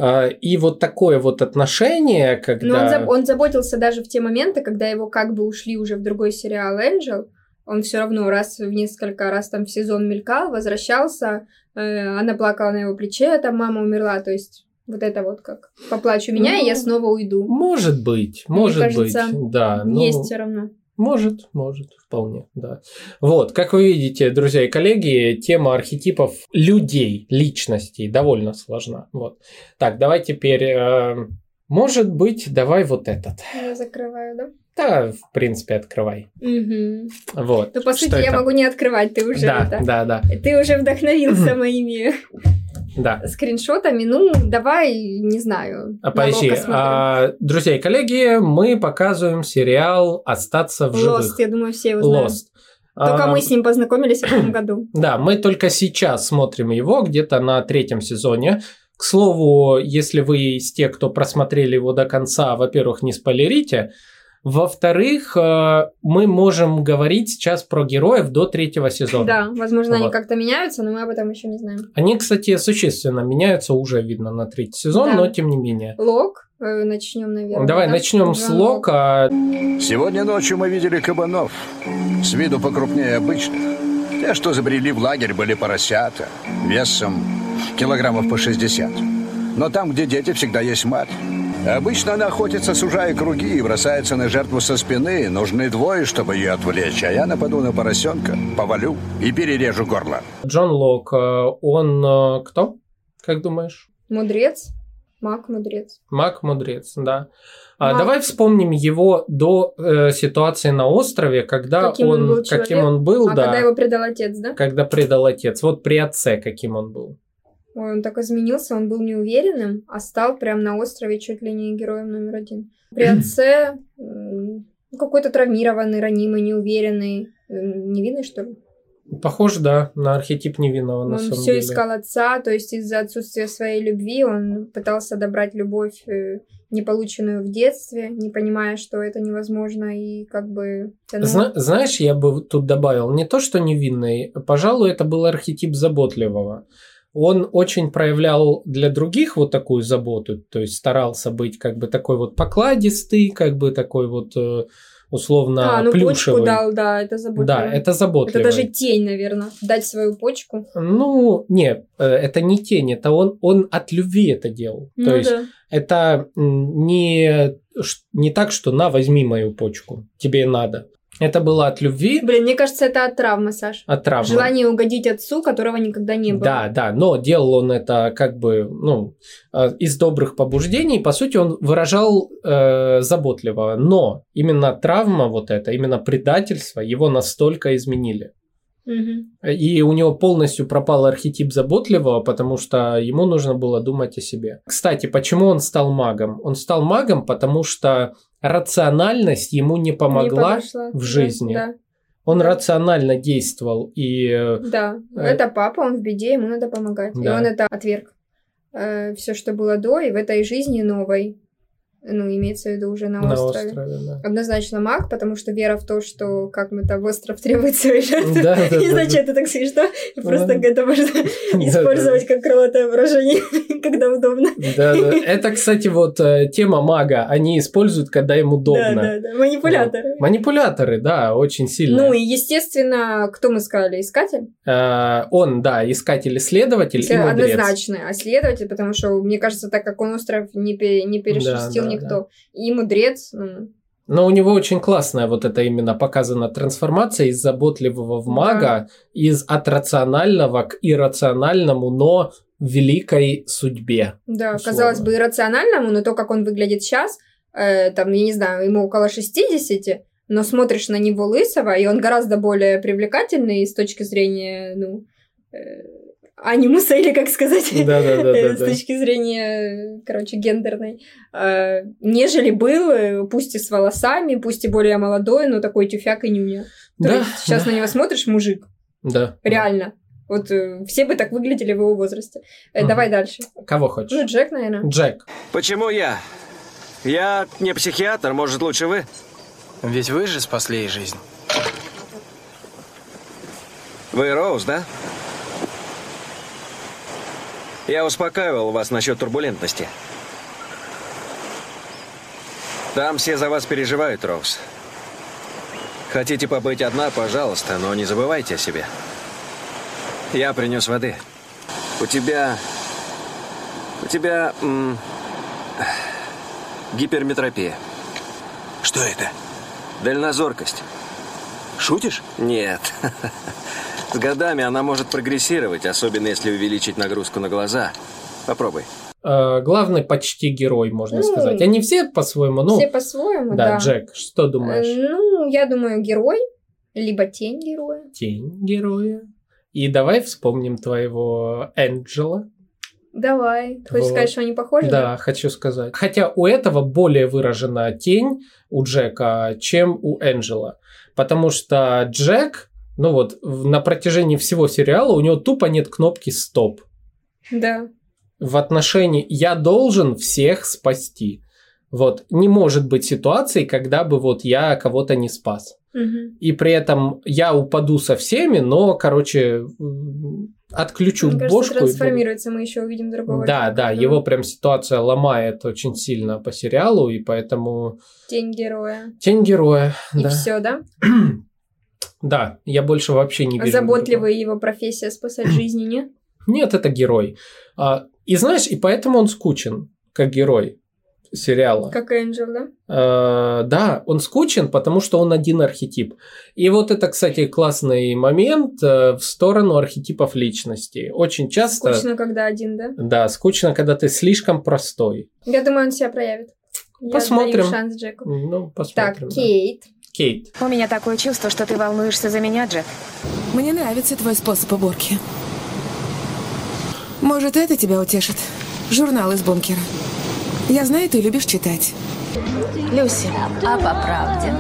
И вот такое вот отношение, когда... Но он заботился даже в те моменты, когда его как бы ушли уже в другой сериал «Энджел». Он все равно несколько раз там в сезон мелькал, возвращался, она плакала на его плече, там мама умерла, то есть вот это вот как поплачу меня, и я снова уйду. Может быть, Мне кажется, да. Есть все равно. Может, вполне, да. Вот, как вы видите, друзья и коллеги, тема архетипов людей, личностей довольно сложна. Вот. Так, давай теперь, может быть, давай вот этот. Я закрываю, да? Да, в принципе, открывай. Угу. Вот. Ну, по сути, я могу не открывать, ты уже Да. Ты уже вдохновился моими скриншотами. Ну, давай, не знаю. Подожди. Друзья и коллеги, мы показываем сериал «Остаться в живых». Lost, я думаю, все его знают. Только мы с ним познакомились в этом году. Да, мы только сейчас смотрим его, где-то на 3-м сезоне. К слову, если вы из тех, кто просмотрели его до конца, во-первых, не спойлерите. Во-вторых, мы можем говорить сейчас про героев до 3-го сезона. Да, возможно, они как-то меняются, но мы об этом еще не знаем. Они, кстати, существенно меняются, уже видно на 3-й сезон, но тем не менее. Лок, начнем, наверное. Давай начнем с Лока. Сегодня ночью мы видели кабанов, с виду покрупнее обычных. Те, что забрели в лагерь, были поросята, весом килограммов по 60. Но там, где дети, всегда есть мать. Обычно она охотится, сужая круги, и бросается на жертву со спины. Нужны двое, чтобы ее отвлечь, а я нападу на поросенка, повалю и перережу горло. Джон Лок, он кто, как думаешь? Мудрец. Маг-мудрец. Маг-мудрец, да. Давай вспомним его до ситуации на острове, когда каким он был. Когда его предал отец, да? Когда предал отец. Вот при отце каким он был. Ой, он так изменился, он был неуверенным, а стал прям на острове чуть ли не героем номер 1. При отце какой-то травмированный, ранимый, неуверенный, невинный, что ли? Похож, да, на архетип невинного, на самом деле. Он все искал отца, то есть из-за отсутствия своей любви он пытался добрать любовь, не полученную в детстве, не понимая, что это невозможно, и как бы... Знаешь, я бы тут добавил, не то, что невинный, пожалуй, это был архетип заботливого. Он очень проявлял для других вот такую заботу, то есть старался быть как бы такой вот покладистый, как бы такой вот условно ну плюшевый. почку дал, да, это заботливо. Да, это заботливо. Это даже тень, наверное, дать свою почку. Ну, нет, это не тень, это он от любви это делал. Ну, то есть да. это не так, что на, возьми мою почку, тебе надо. Это было от любви. Блин, мне кажется, это от травмы, Саш. От травмы. Желание угодить отцу, которого никогда не было. Да, но делал он это как бы, из добрых побуждений. По сути, он выражал заботливо. Но именно травма вот эта, именно предательство его настолько изменили. И у него полностью пропал архетип заботливого, потому что ему нужно было думать о себе. Кстати, почему он стал магом? Он стал магом, потому что рациональность ему не помогла в жизни. Да. Он рационально действовал. Да, это папа, он в беде, ему надо помогать. Да. И он это отверг. Все, что было до, и в этой жизни новой. Имеется в виду уже на острове. Да. Однозначно маг, потому что вера в то, что как мы там остров требует своей жертвы. Да, Иначе это так смешно. Просто это можно использовать как крылатое выражение, когда удобно. Да. Это, кстати, вот тема мага. Они используют, когда им удобно. Да. Манипуляторы. Манипуляторы, да, очень сильно. Ну и, естественно, кто мы сказали? Искатель? Он, да, искатель-исследователь и мудрец. Однозначно. А следователь, потому что, мне кажется, так как он остров не перешерстил никто. Да. И мудрец. Но у него очень классная вот это именно показана трансформация из заботливого в мага, от рационального к иррациональному, но великой судьбе. Да, условно. Казалось бы, иррациональному, но то, как он выглядит сейчас, там, я не знаю, ему около 60, но смотришь на него лысого, и он гораздо более привлекательный с точки зрения, анимуса, или как сказать, с точки зрения, гендерной, нежели был, пусть и с волосами, пусть и более молодой, но такой тюфяк и нюня. Сейчас на него смотришь, мужик. Да. Реально. Вот все бы так выглядели в его возрасте. Давай дальше. Кого хочешь? Джек, наверное. Джек. Почему я? Я не психиатр, может, лучше вы? Ведь вы же спасли ей жизнь. Вы Роуз, да? Я успокаивал вас насчет турбулентности. Там все за вас переживают, Роуз. Хотите побыть одна, пожалуйста, но не забывайте о себе. Я принес воды. У тебя гиперметропия. Что это? Дальнозоркость. Шутишь? Нет. С годами она может прогрессировать, особенно если увеличить нагрузку на глаза. Попробуй. Главный почти герой, можно сказать. Они все по-своему, Все по-своему, да. Джек, что думаешь? Я думаю, герой, либо тень героя. Тень героя. И давай вспомним твоего Энджела. Давай. Ты хочешь сказать, что они похожи? Да, хочу сказать. Хотя у этого более выражена тень у Джека, чем у Энджела. Потому что Джек, на протяжении всего сериала у него тупо нет кнопки «Стоп». Да. В отношении «я должен всех спасти». Не может быть ситуации, когда бы я кого-то не спас. Угу. И при этом я упаду со всеми, но, отключу Мне кажется, бошку. Трансформируется, мы еще увидим другого. Да, его прям ситуация ломает очень сильно по сериалу, и поэтому... Тень героя. И все, да? Да, я больше вообще не вижу. Заботливая его профессия спасать жизни, нет? Нет, это герой. И знаешь, и поэтому он скучен, как герой сериала. Как Энджел, да? Да, он скучен, потому что он один архетип. И это, кстати, классный момент в сторону архетипов личности. Очень часто... Скучно, когда один, да? Да, скучно, когда ты слишком простой. Я думаю, он себя проявит. Посмотрим. Я даю шанс Джеку. Посмотрим. Так, Кейт. Кейт. У меня такое чувство, что ты волнуешься за меня, Джек. Мне нравится твой способ уборки. Может, это тебя утешит? Журнал из бункера. Я знаю, ты любишь читать. Люси. А по правде?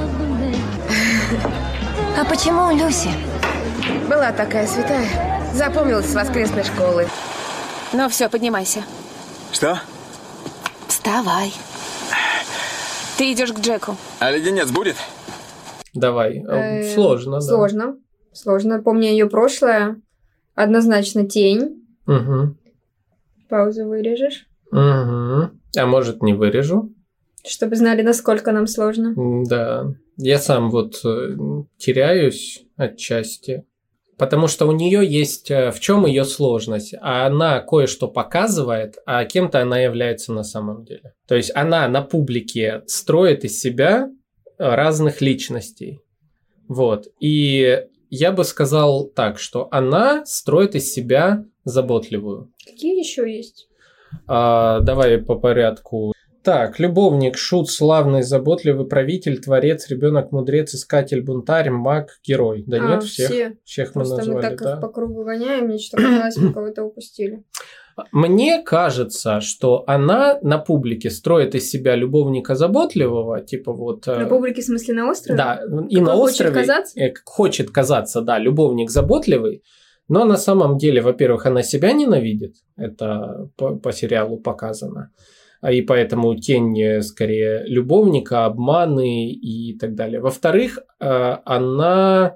А почему Люси? Была такая святая. Запомнилась с воскресной школы. Ну все, поднимайся. Что? Вставай. Ты идешь к Джеку. А леденец будет? Давай. Сложно, да. Сложно. Помню ее прошлое. Однозначно тень. Угу. Паузу вырежешь. Угу. А может, не вырежу? Чтобы знали, насколько нам сложно. Да. Я сам вот теряюсь отчасти. Потому что у нее есть в чем ее сложность. А она кое-что показывает, а кем-то она является на самом деле. То есть она на публике строит из себя разных личностей. Вот. И я бы сказал так, что она строит из себя заботливую. Какие еще есть? Давай по порядку. Так, любовник, шут, славный, заботливый, правитель, творец, ребенок, мудрец, искатель, бунтарь, маг, герой. Да нет, всех мы назвали. Мы так их по кругу гоняем, мне что-то казалось, мы кого-то упустили. Мне кажется, что она на публике строит из себя любовника заботливого, типа вот... На публике, в смысле, на острове? Да, и на острове. Хочет казаться? Хочет казаться, да, любовник заботливый, но на самом деле, во-первых, она себя ненавидит, это по сериалу показано, и поэтому тень скорее любовника, обманы и так далее. Во-вторых, она...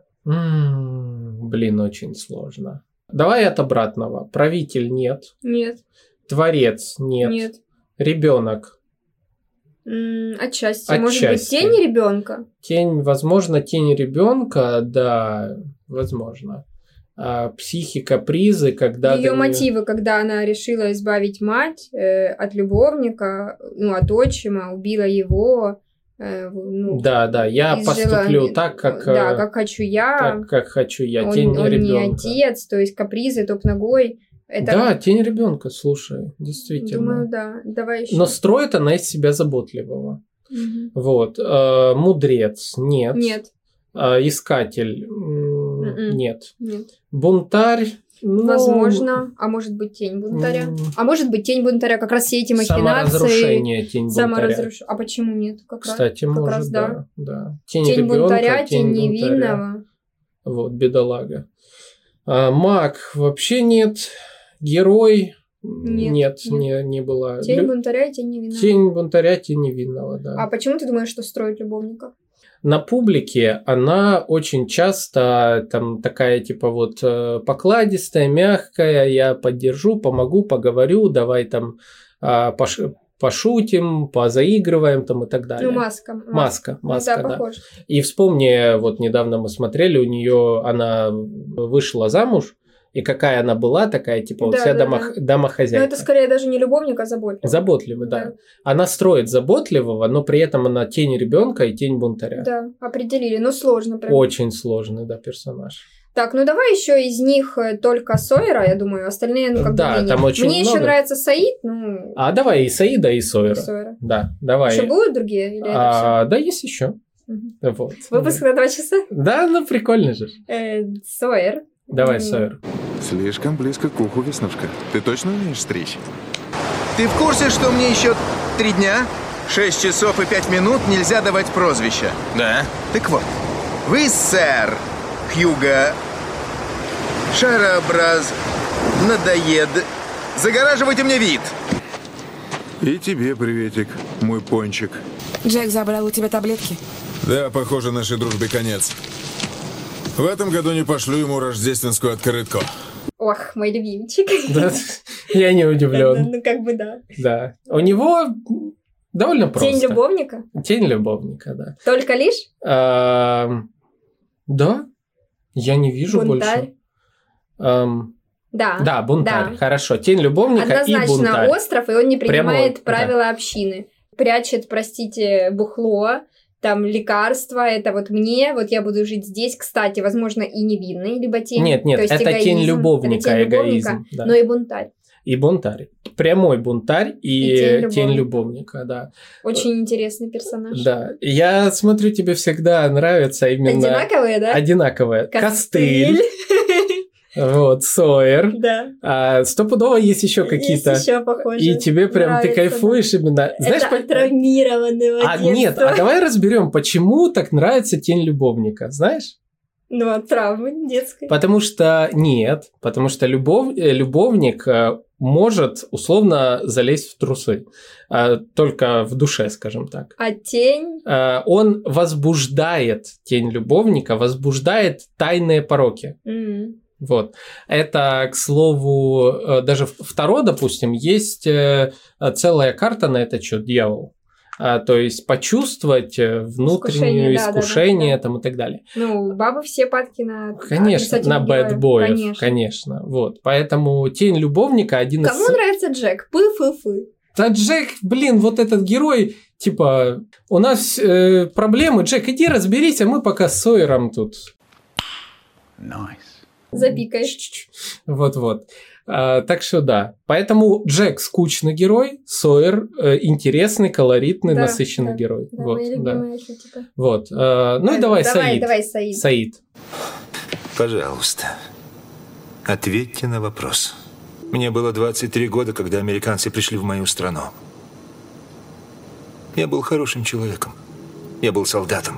очень сложно. Давай от обратного. Правитель нет. Нет. Творец нет. Нет. Ребенок. Отчасти. Может быть, тень ребенка? Возможно, тень ребенка, да, возможно. Психика, призы, когда... Ее мотивы, когда она решила избавить мать от любовника, от отчима, убила его... Да, я поступлю так, как... Да, как хочу я. Так, как хочу я, тень ребенка. Он не отец, то есть капризы, топ ногой. Это... Да, тень ребенка, слушай, действительно. Думаю, да. Давай еще. Но строит она из себя заботливого. Угу. Вот. Мудрец нет. Нет. Искатель нет. Бунтарь. Возможно. А может быть, тень бунтаря. А может быть, тень бунтаря. Как раз все эти махинации. Саморазрушение тень бунтаря. А почему нет? Кстати, как может, раз, да. Тень ребенка, бунтаря, тень невинного. Вот, бедолага. Маг вообще нет. Герой нет. Не была. Тень бунтаря и тень невинного. Тень бунтаря, тень невинного, да. А почему ты думаешь, что строит любовников? На публике она очень часто там такая типа вот покладистая, мягкая, я поддержу, помогу, поговорю, давай там пошутим, позаигрываем там и так далее. Маска, да. Похоже. И вспомни, вот недавно мы смотрели, у нее она вышла замуж, и какая она была, такая, типа, вот вся домохозяйка. Но это скорее даже не любовник, а заботливый. Заботливый, да. Она строит заботливого, но при этом она тень ребенка и тень бунтаря. Да, определили, но сложно. Прям. Очень сложный, да, персонаж. Так, ну давай еще из них только Сойера, я думаю, остальные, там очень Мне много. Еще нравится Саид, А давай и Саида, и Сойера. Да, давай. Еще будут другие? Или да, есть еще. Вот. Выпуск на 2 часа? Да, ну прикольно же. Сойер. Давай, Сойер. Слишком близко к уху, Веснушка. Ты точно умеешь стричь? Ты в курсе, что мне еще 3 дня, 6 часов и 5 минут нельзя давать прозвища? Да. Так вот, вы, сэр Хьюго, шарообраз, надоед, загораживайте мне вид. И тебе приветик, мой пончик. Джек забрал у тебя таблетки? Да, похоже, нашей дружбе конец. В этом году не пошлю ему рождественскую открытку. Ох, мой любимчик. Да, я не удивлен. Ну, как бы да. Да. У него довольно просто. Тень любовника? Тень любовника, да. Только лишь? Да. Я не вижу больше. Да, бунтарь. Да. Хорошо. Тень любовника и бунтарь. Однозначно остров, и он не принимает правила общины. Прячет, простите, бухло. Там лекарства, это вот мне, вот я буду жить здесь, кстати, возможно, и невинный, либо тень. Нет, это эгоизм, тень любовника, эгоизм. Да. Но и бунтарь. И бунтарь. Прямой бунтарь и тень любовника, да. Очень интересный персонаж. Да. Я смотрю, тебе всегда нравится именно... Одинаковые, да? Одинаковые. Костыль. Вот, Сойер. Да. Стопудово есть еще какие-то. Есть еще похожие. И тебе прям нравится, ты кайфуешь именно. Знаешь, это травмированного детства. Нет, давай разберем, почему так нравится тень любовника, знаешь? Ну, от травмы детской. Потому что любовник может условно залезть в трусы. Только в душе, скажем так. А тень? Он возбуждает, тень любовника возбуждает тайные пороки. Вот. Это, к слову, даже в Таро, допустим, есть целая карта на этот счет, дьявол. То есть почувствовать внутреннее искушение там, и так далее. Ну, бабы все падки на... Конечно, на бэдбоев, конечно. Вот, поэтому «Тень любовника» один Кому нравится Джек? Пы-фы-фы. Да Джек, блин, вот этот герой, типа, у нас проблемы, Джек, иди разберись, а мы пока с Сойером тут. Запикаешь. Вот-вот. Так что да. Поэтому Джек скучный герой, Сойер интересный, колоритный, насыщенный герой. Да, вот, мои любимые типа. Вот. Ну и давай Саид. Давай, Саид. Саид. Пожалуйста, ответьте на вопрос. Мне было 23 года, когда американцы пришли в мою страну. Я был хорошим человеком. Я был солдатом.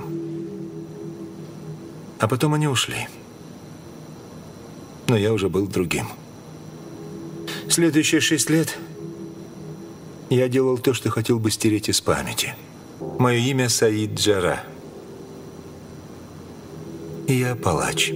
А потом они ушли. Но я уже был другим. Следующие 6 лет я делал то, что хотел бы стереть из памяти. Мое имя Саид Джара. И я палач.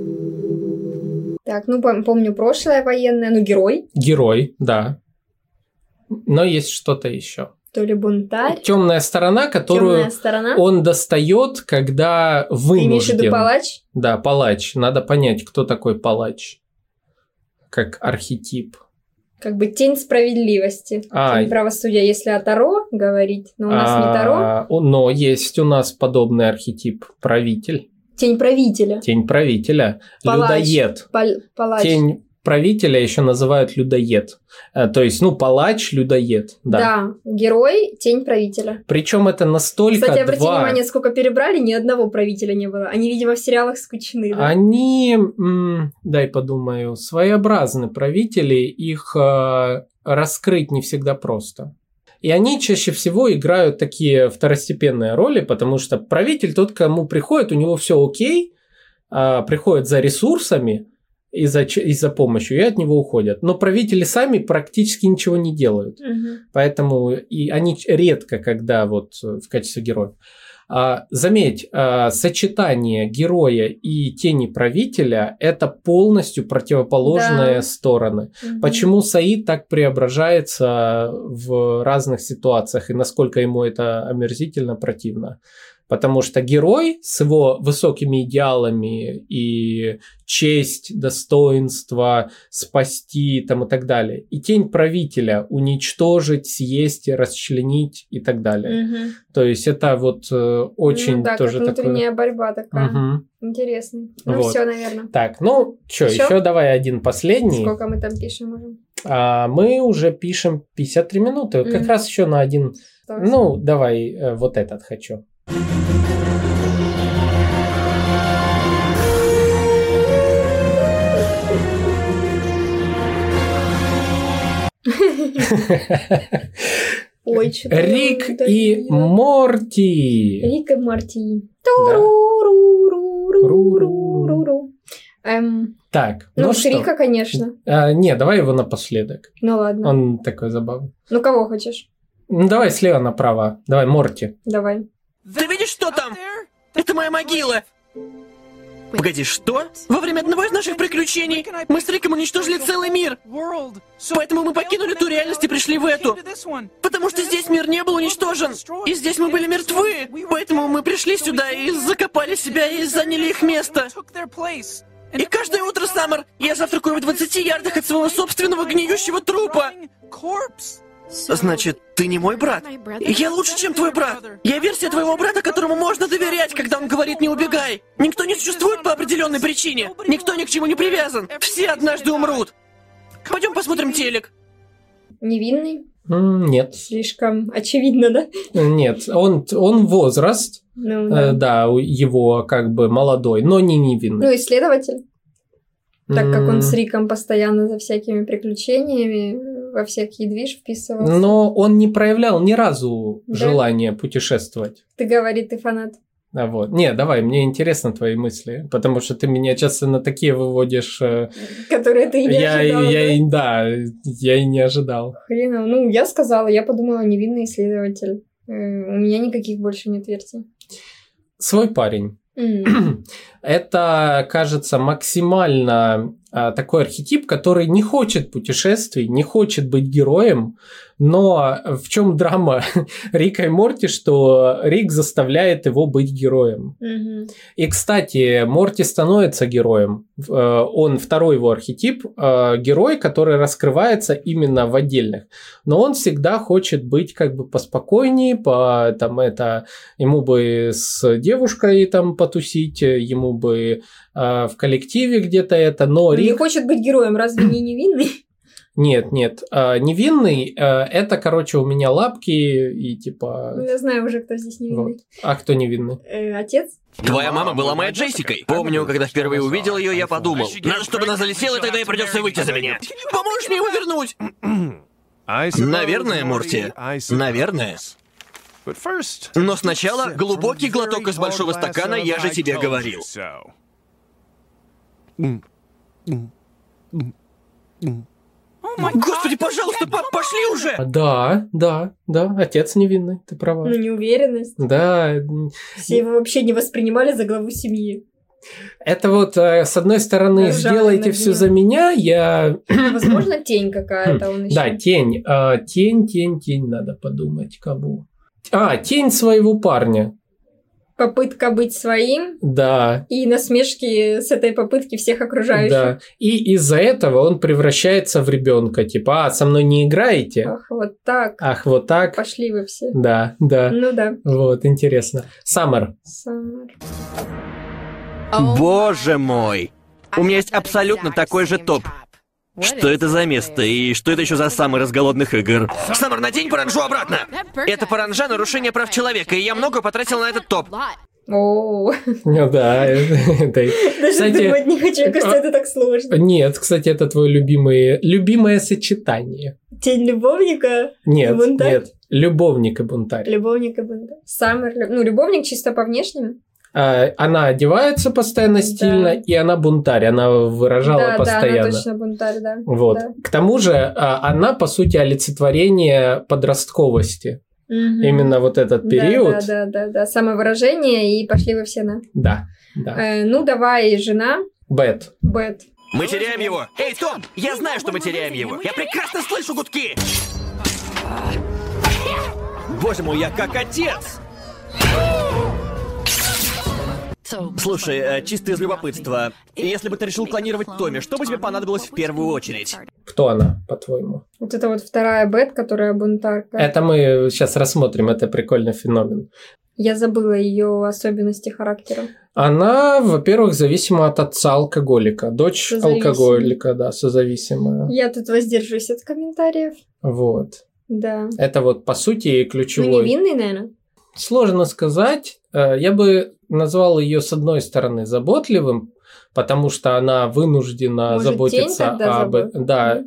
Так, ну помню прошлое военное, ну герой. Герой, да. Но есть что-то еще. То ли бунтарь. Темная сторона, которую он достает, когда вынужден. Ты имеешь в виду палач? Да, палач. Надо понять, кто такой палач. Как архетип. Как бы тень справедливости. Тень правосудия, если о Таро говорить. Но у нас не Таро. Но есть у нас подобный архетип. Правитель. Тень правителя. Тень правителя. Палач. Людоед. Палач. Тень правителя еще называют людоед. То есть, ну, палач, людоед. Да, герой, тень правителя. Причем это настолько... Кстати, обрати внимание, сколько перебрали, ни одного правителя не было. Они, видимо, в сериалах скучны, да? Они, дай подумаю, своеобразные правители. Их раскрыть не всегда просто. И они чаще всего играют такие второстепенные роли, потому что правитель тот, кому приходит, у него все окей, приходит за ресурсами и за помощью, и от него уходят. Но правители сами практически ничего не делают. Поэтому и они редко, когда вот в качестве героев. Заметь, сочетание героя и тени правителя – это полностью противоположные стороны. Почему Саид так преображается в разных ситуациях и насколько ему это омерзительно противно? Потому что герой с его высокими идеалами и честь, достоинство, спасти там, и так далее. И тень правителя уничтожить, съесть, расчленить и так далее. То есть это вот очень да, тоже как внутренняя такое... борьба такая. Интересно. Ну вот. Все, наверное. Так, ну что, еще давай один последний. Сколько мы там пишем уже? Мы уже пишем 53 минуты. Как раз еще на один... Ну, давай вот этот хочу. Ой, Рик и Морти. Рик и Морти. Так, ну что? Рика, конечно. Не, давай его напоследок. Ну ладно. Он такой забавный. Ну кого хочешь? Ну давай слева направо. Давай Морти. Давай. Ты видишь, что там? Это моя могила. Погоди, что? Во время одного из наших приключений мы с Риком уничтожили целый мир. Поэтому мы покинули ту реальность и пришли в эту. Потому что здесь мир не был уничтожен. И здесь мы были мертвы. Поэтому мы пришли сюда и закопали себя и заняли их место. И каждое утро, Саммер, я завтракаю в 20 ярдах от своего собственного гниющего трупа. Значит, ты не мой брат? Я лучше, чем твой брат. Я версия твоего брата, которому можно доверять, когда он говорит «не убегай». Никто не существует по определенной причине. Никто ни к чему не привязан. Все однажды умрут. Пойдем посмотрим телек. Невинный? Нет. Слишком очевидно, да? Нет, он возраст, да, его как бы молодой, но не невинный. Ну, исследователь. Так как он с Риком постоянно за всякими приключениями во всякие движ вписывался. Но он не проявлял ни разу желания путешествовать. Ты, говорит, ты фанат. Вот. Не, давай, мне интересны твои мысли, потому что ты меня часто на такие выводишь... Которые ты и не ожидал. Да, я и не ожидал. Хрена, ну, я сказала, я подумала, невинный исследователь. У меня никаких больше нет версий. Свой парень. Это, кажется, максимально такой архетип, который не хочет путешествий, не хочет быть героем, но в чем драма Рика и Морти, что Рик заставляет его быть героем. И, кстати, Морти становится героем. Он второй его архетип, герой, который раскрывается именно в отдельных. Но он всегда хочет быть как бы поспокойнее, ему бы с девушкой там потусить, ему бы в коллективе где-то это, но Рик... Не хочет быть героем, разве не невинный? Нет, невинный, это, короче, у меня лапки и типа... Я знаю уже, кто здесь невинный. Вот. А кто невинный? Отец. Твоя мама была моей Джессикой. Помню, когда впервые увидел ее, я подумал, надо, чтобы она залетела, и тогда ей придется выйти за меня. Поможешь мне его вернуть? Наверное, Морти. Наверное. Но сначала глубокий глоток из большого стакана, я же тебе говорил. Господи, пожалуйста, пошли уже! Да, отец невинный, ты права. Ну, неуверенность. Да. Все его вообще не воспринимали за главу семьи. Это вот, с одной стороны, сделайте все за меня, я... Возможно, тень какая-то он еще. Да, тень. Тень, надо подумать, кому. Тень своего парня. Попытка быть своим. Да. И насмешки с этой попытки всех окружающих. Да. И из-за этого он превращается в ребенка. Типа, со мной не играете? Ах, вот так. Пошли вы все. Да. Ну да. Вот, интересно. Саммер. Боже мой! У меня есть абсолютно такой же топ. Что это за место? И что это еще за Саммер из голодных игр? Саммер, надень паранджу обратно! Это паранджа — нарушение прав человека, и я много потратил на этот топ. О. Ну да. Даже думать не хочу, кажется, это так сложно. Нет, кстати, это твое любимое сочетание. Тень любовника? Нет. Любовник и бунтарь. Любовник и бунтарь. Саммер, любовник чисто по внешнему. Она одевается постоянно стильно, и она бунтарь, она выражала постоянно. Да, она точно бунтарь, да. Вот. Да. К тому же, она, по сути, олицетворение подростковости. Именно вот этот период. Да. Самовыражение, и пошли вы все на... Да. Ну, давай, жена. Бет. Мы теряем его. Эй, Том, я знаю, что мы теряем его. Я прекрасно слышу гудки. Боже мой, я как отец. Слушай, чисто из любопытства, если бы ты решил клонировать Томми, что бы тебе понадобилось в первую очередь? Кто она, по-твоему? Вот это вот вторая Бет, которая бунтарка. Это мы сейчас рассмотрим, это прикольный феномен. Я забыла ее особенности характера. Она, во-первых, зависима от отца алкоголика. Дочь алкоголика, да, созависимая. Я тут воздержусь от комментариев. Вот. Да. Это вот, по сути, ключевой... Ну, невинный, наверное. Сложно сказать. Я бы назвал ее, с одной стороны, заботливым, потому что она вынуждена заботиться об... Да.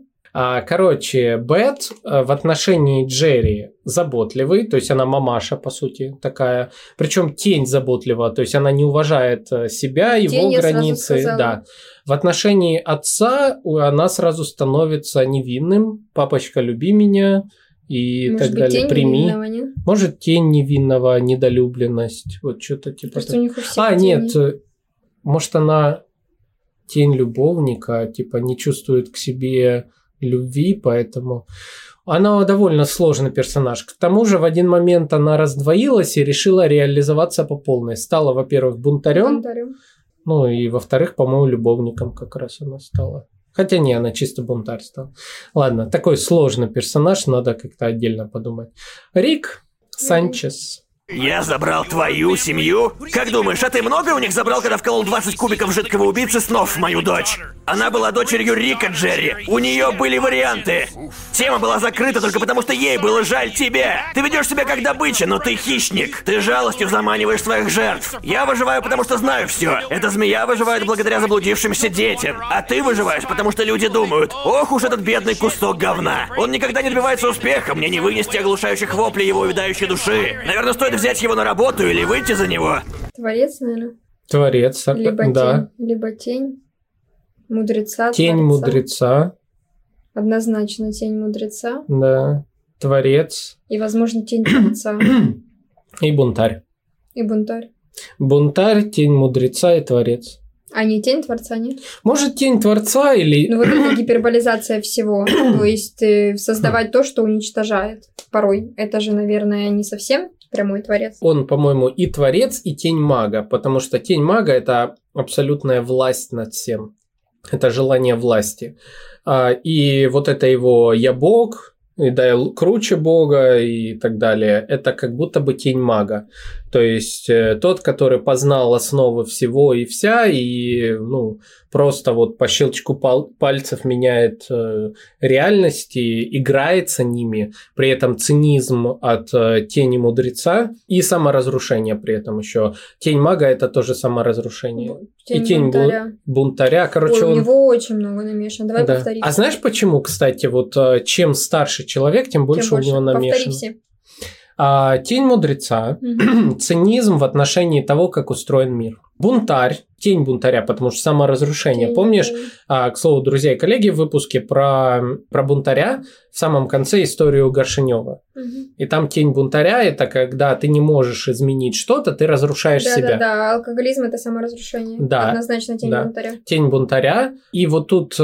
Короче, Бет в отношении Джерри заботливый, то есть она мамаша, по сути, такая. Причем тень заботлива, то есть она не уважает себя, его границы. Да. В отношении отца она сразу становится невинным. Папочка, люби меня. И может так быть, далее. Тень Прими. Невинного, нет? Может, тень невинного, недолюбленность. Вот что-то типа. Просто у них у всех нет. Может, она тень любовника, типа не чувствует к себе любви, поэтому она довольно сложный персонаж. К тому же в один момент она раздвоилась и решила реализоваться по полной. Стала, во-первых, бунтарем. Ну и во-вторых, по-моему, любовником как раз она стала. Хотя не, она чисто бунтарь стала. Ладно, такой сложный персонаж, надо как-то отдельно подумать. Рик Санчес. Я забрал твою семью? Как думаешь, а ты много у них забрал, когда вколол 20 кубиков жидкого убийцы снов в мою дочь? Она была дочерью Рика, Джерри. У нее были варианты. Тема была закрыта только потому, что ей было жаль тебя. Ты ведешь себя как добыча, но ты хищник. Ты жалостью заманиваешь своих жертв. Я выживаю, потому что знаю все. Эта змея выживает благодаря заблудившимся детям. А ты выживаешь, потому что люди думают: ох уж этот бедный кусок говна. Он никогда не добивается успеха, мне не вынести оглушающих воплей его увядающей души. Наверное, стоит взять его на работу или выйти за него. Творец, наверное. Творец, да. Либо тень. Мудреца. Тень творца. мудреца. Однозначно тень мудреца. Да. Творец. И, возможно, тень творца. И бунтарь. И бунтарь. Бунтарь, тень мудреца и творец. А не тень Творца, нет? Может, тень Творца или... Ну, вот это гиперболизация всего. То есть создавать то, что уничтожает порой. Это же, наверное, не совсем прямой Творец. Он, по-моему, и Творец, и тень мага. Потому что тень мага – это абсолютная власть над всем. Это желание власти. И вот это его «я Бог», и да, я круче Бога и так далее. Это как будто бы тень мага. То есть тот, который познал основы всего и вся, и просто вот по щелчку пальцев меняет реальности, играется ними. При этом цинизм от тени мудреца и саморазрушение при этом еще. Тень мага – это тоже саморазрушение. Тень бунтаря. Короче, у него очень много намешано. Давай повтори. А знаешь почему, кстати, вот чем старше человек, тем больше у него намешано. Повтори все. Тень мудреца, цинизм в отношении того, как устроен мир. Бунтарь, тень бунтаря, потому что саморазрушение. Помнишь, к слову, друзья и коллеги, в выпуске про бунтаря в самом конце историю Горшенева. И там тень бунтаря – это когда ты не можешь изменить что-то, ты разрушаешь себя. Да, алкоголизм – это саморазрушение. Да. Однозначно тень бунтаря. Тень бунтаря. И вот тут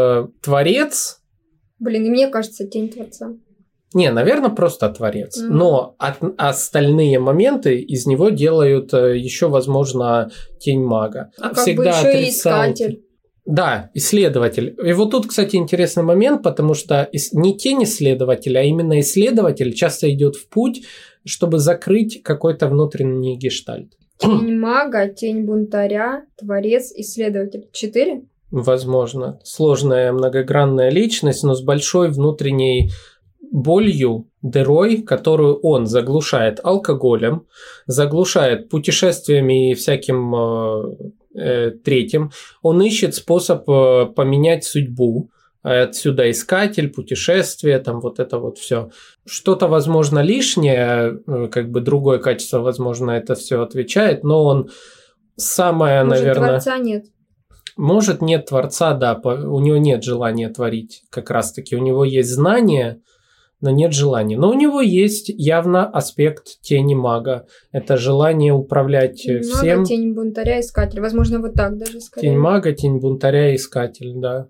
творец. Блин, и мне кажется, тень Творца. Не, наверное, просто творец. Но остальные моменты из него делают еще, возможно, тень мага. А всегда как бы еще и искатель. Да, исследователь. И вот тут, кстати, интересный момент, потому что не тень исследователя, а именно исследователь часто идет в путь, чтобы закрыть какой-то внутренний гештальт. Тень мага, тень бунтаря, творец, исследователь. 4? Возможно. Сложная многогранная личность, но с большой внутренней болью, дырой, которую он заглушает алкоголем, заглушает путешествиями и всяким третьим. Он ищет способ поменять судьбу. Отсюда искатель, путешествие, там вот это вот все. Что-то, возможно, лишнее, как бы другое качество, возможно, это все отвечает, но он самое, может, наверное... Творца нет. Может, нет Творца, да, у него нет желания творить как раз-таки. У него есть знания, но нет желания. Но у него есть явно аспект тени мага. Это желание управлять всем. Мага, тень бунтаря, искатель. Возможно, вот так даже скорее. Тень мага, тень бунтаря, искатель, да.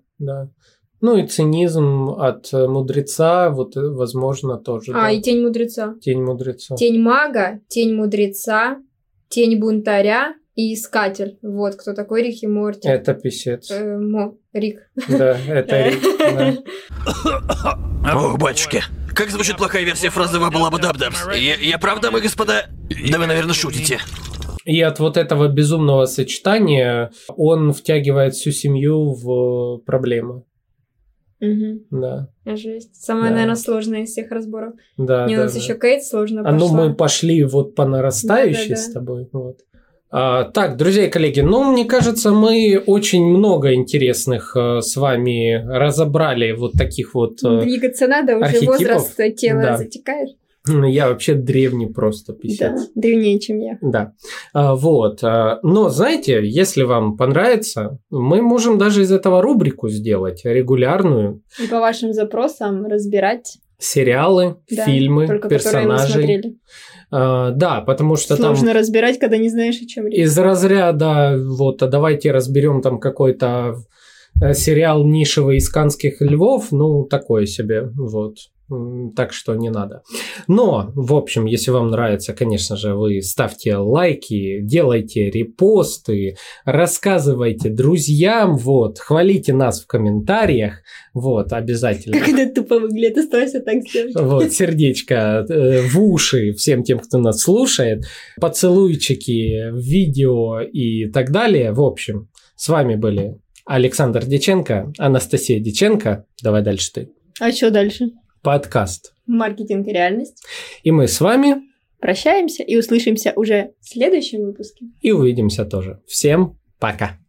Ну и цинизм от мудреца, вот, возможно, тоже. И тень мудреца. Тень мудреца. Тень мага, тень мудреца, тень бунтаря и искатель. Вот кто такой Рик и Морти. Это писец. Рик. Да, это Рик. Ох, батюшки. Как звучит плохая версия фразы «вабалабадабдабс»? Я прав, дамы и господа? Да вы, наверное, шутите. И от вот этого безумного сочетания он втягивает всю семью в проблемы. Да. Жесть. Самое, наверное, сложное из всех разборов. Да, у нас еще Кейт сложно пошла. Мы пошли вот по нарастающей с тобой. Вот. Так, друзья и коллеги, мне кажется, мы очень много интересных с вами разобрали вот таких вот Двигаться надо, уже архетипов. Возраст тела затекает. Я вообще древний просто писец. Да, древнее, чем я. Да. Вот. Но, знаете, если вам понравится, мы можем даже из этого рубрику сделать регулярную. И по вашим запросам разбирать сериалы, фильмы, только персонажей. Да, потому что сложно разбирать, когда не знаешь, о чем речь. Из разряда, вот, давайте разберем там какой-то сериал нишевый из «Канских львов», такое себе, вот. Так что не надо. Но, в общем, если вам нравится, конечно же, вы ставьте лайки, делайте репосты, рассказывайте друзьям, вот, хвалите нас в комментариях, вот, обязательно. Как это тупо выглядит, осталось так сделать. Вот, сердечко в уши всем тем, кто нас слушает, поцелуйчики в видео и так далее. В общем, с вами были Александр Дьяченко, Анастасия Дьяченко. Давай дальше ты. А что дальше? Подкаст «Маркетинг и реальность». И мы с вами прощаемся и услышимся уже в следующем выпуске. И увидимся тоже. Всем пока.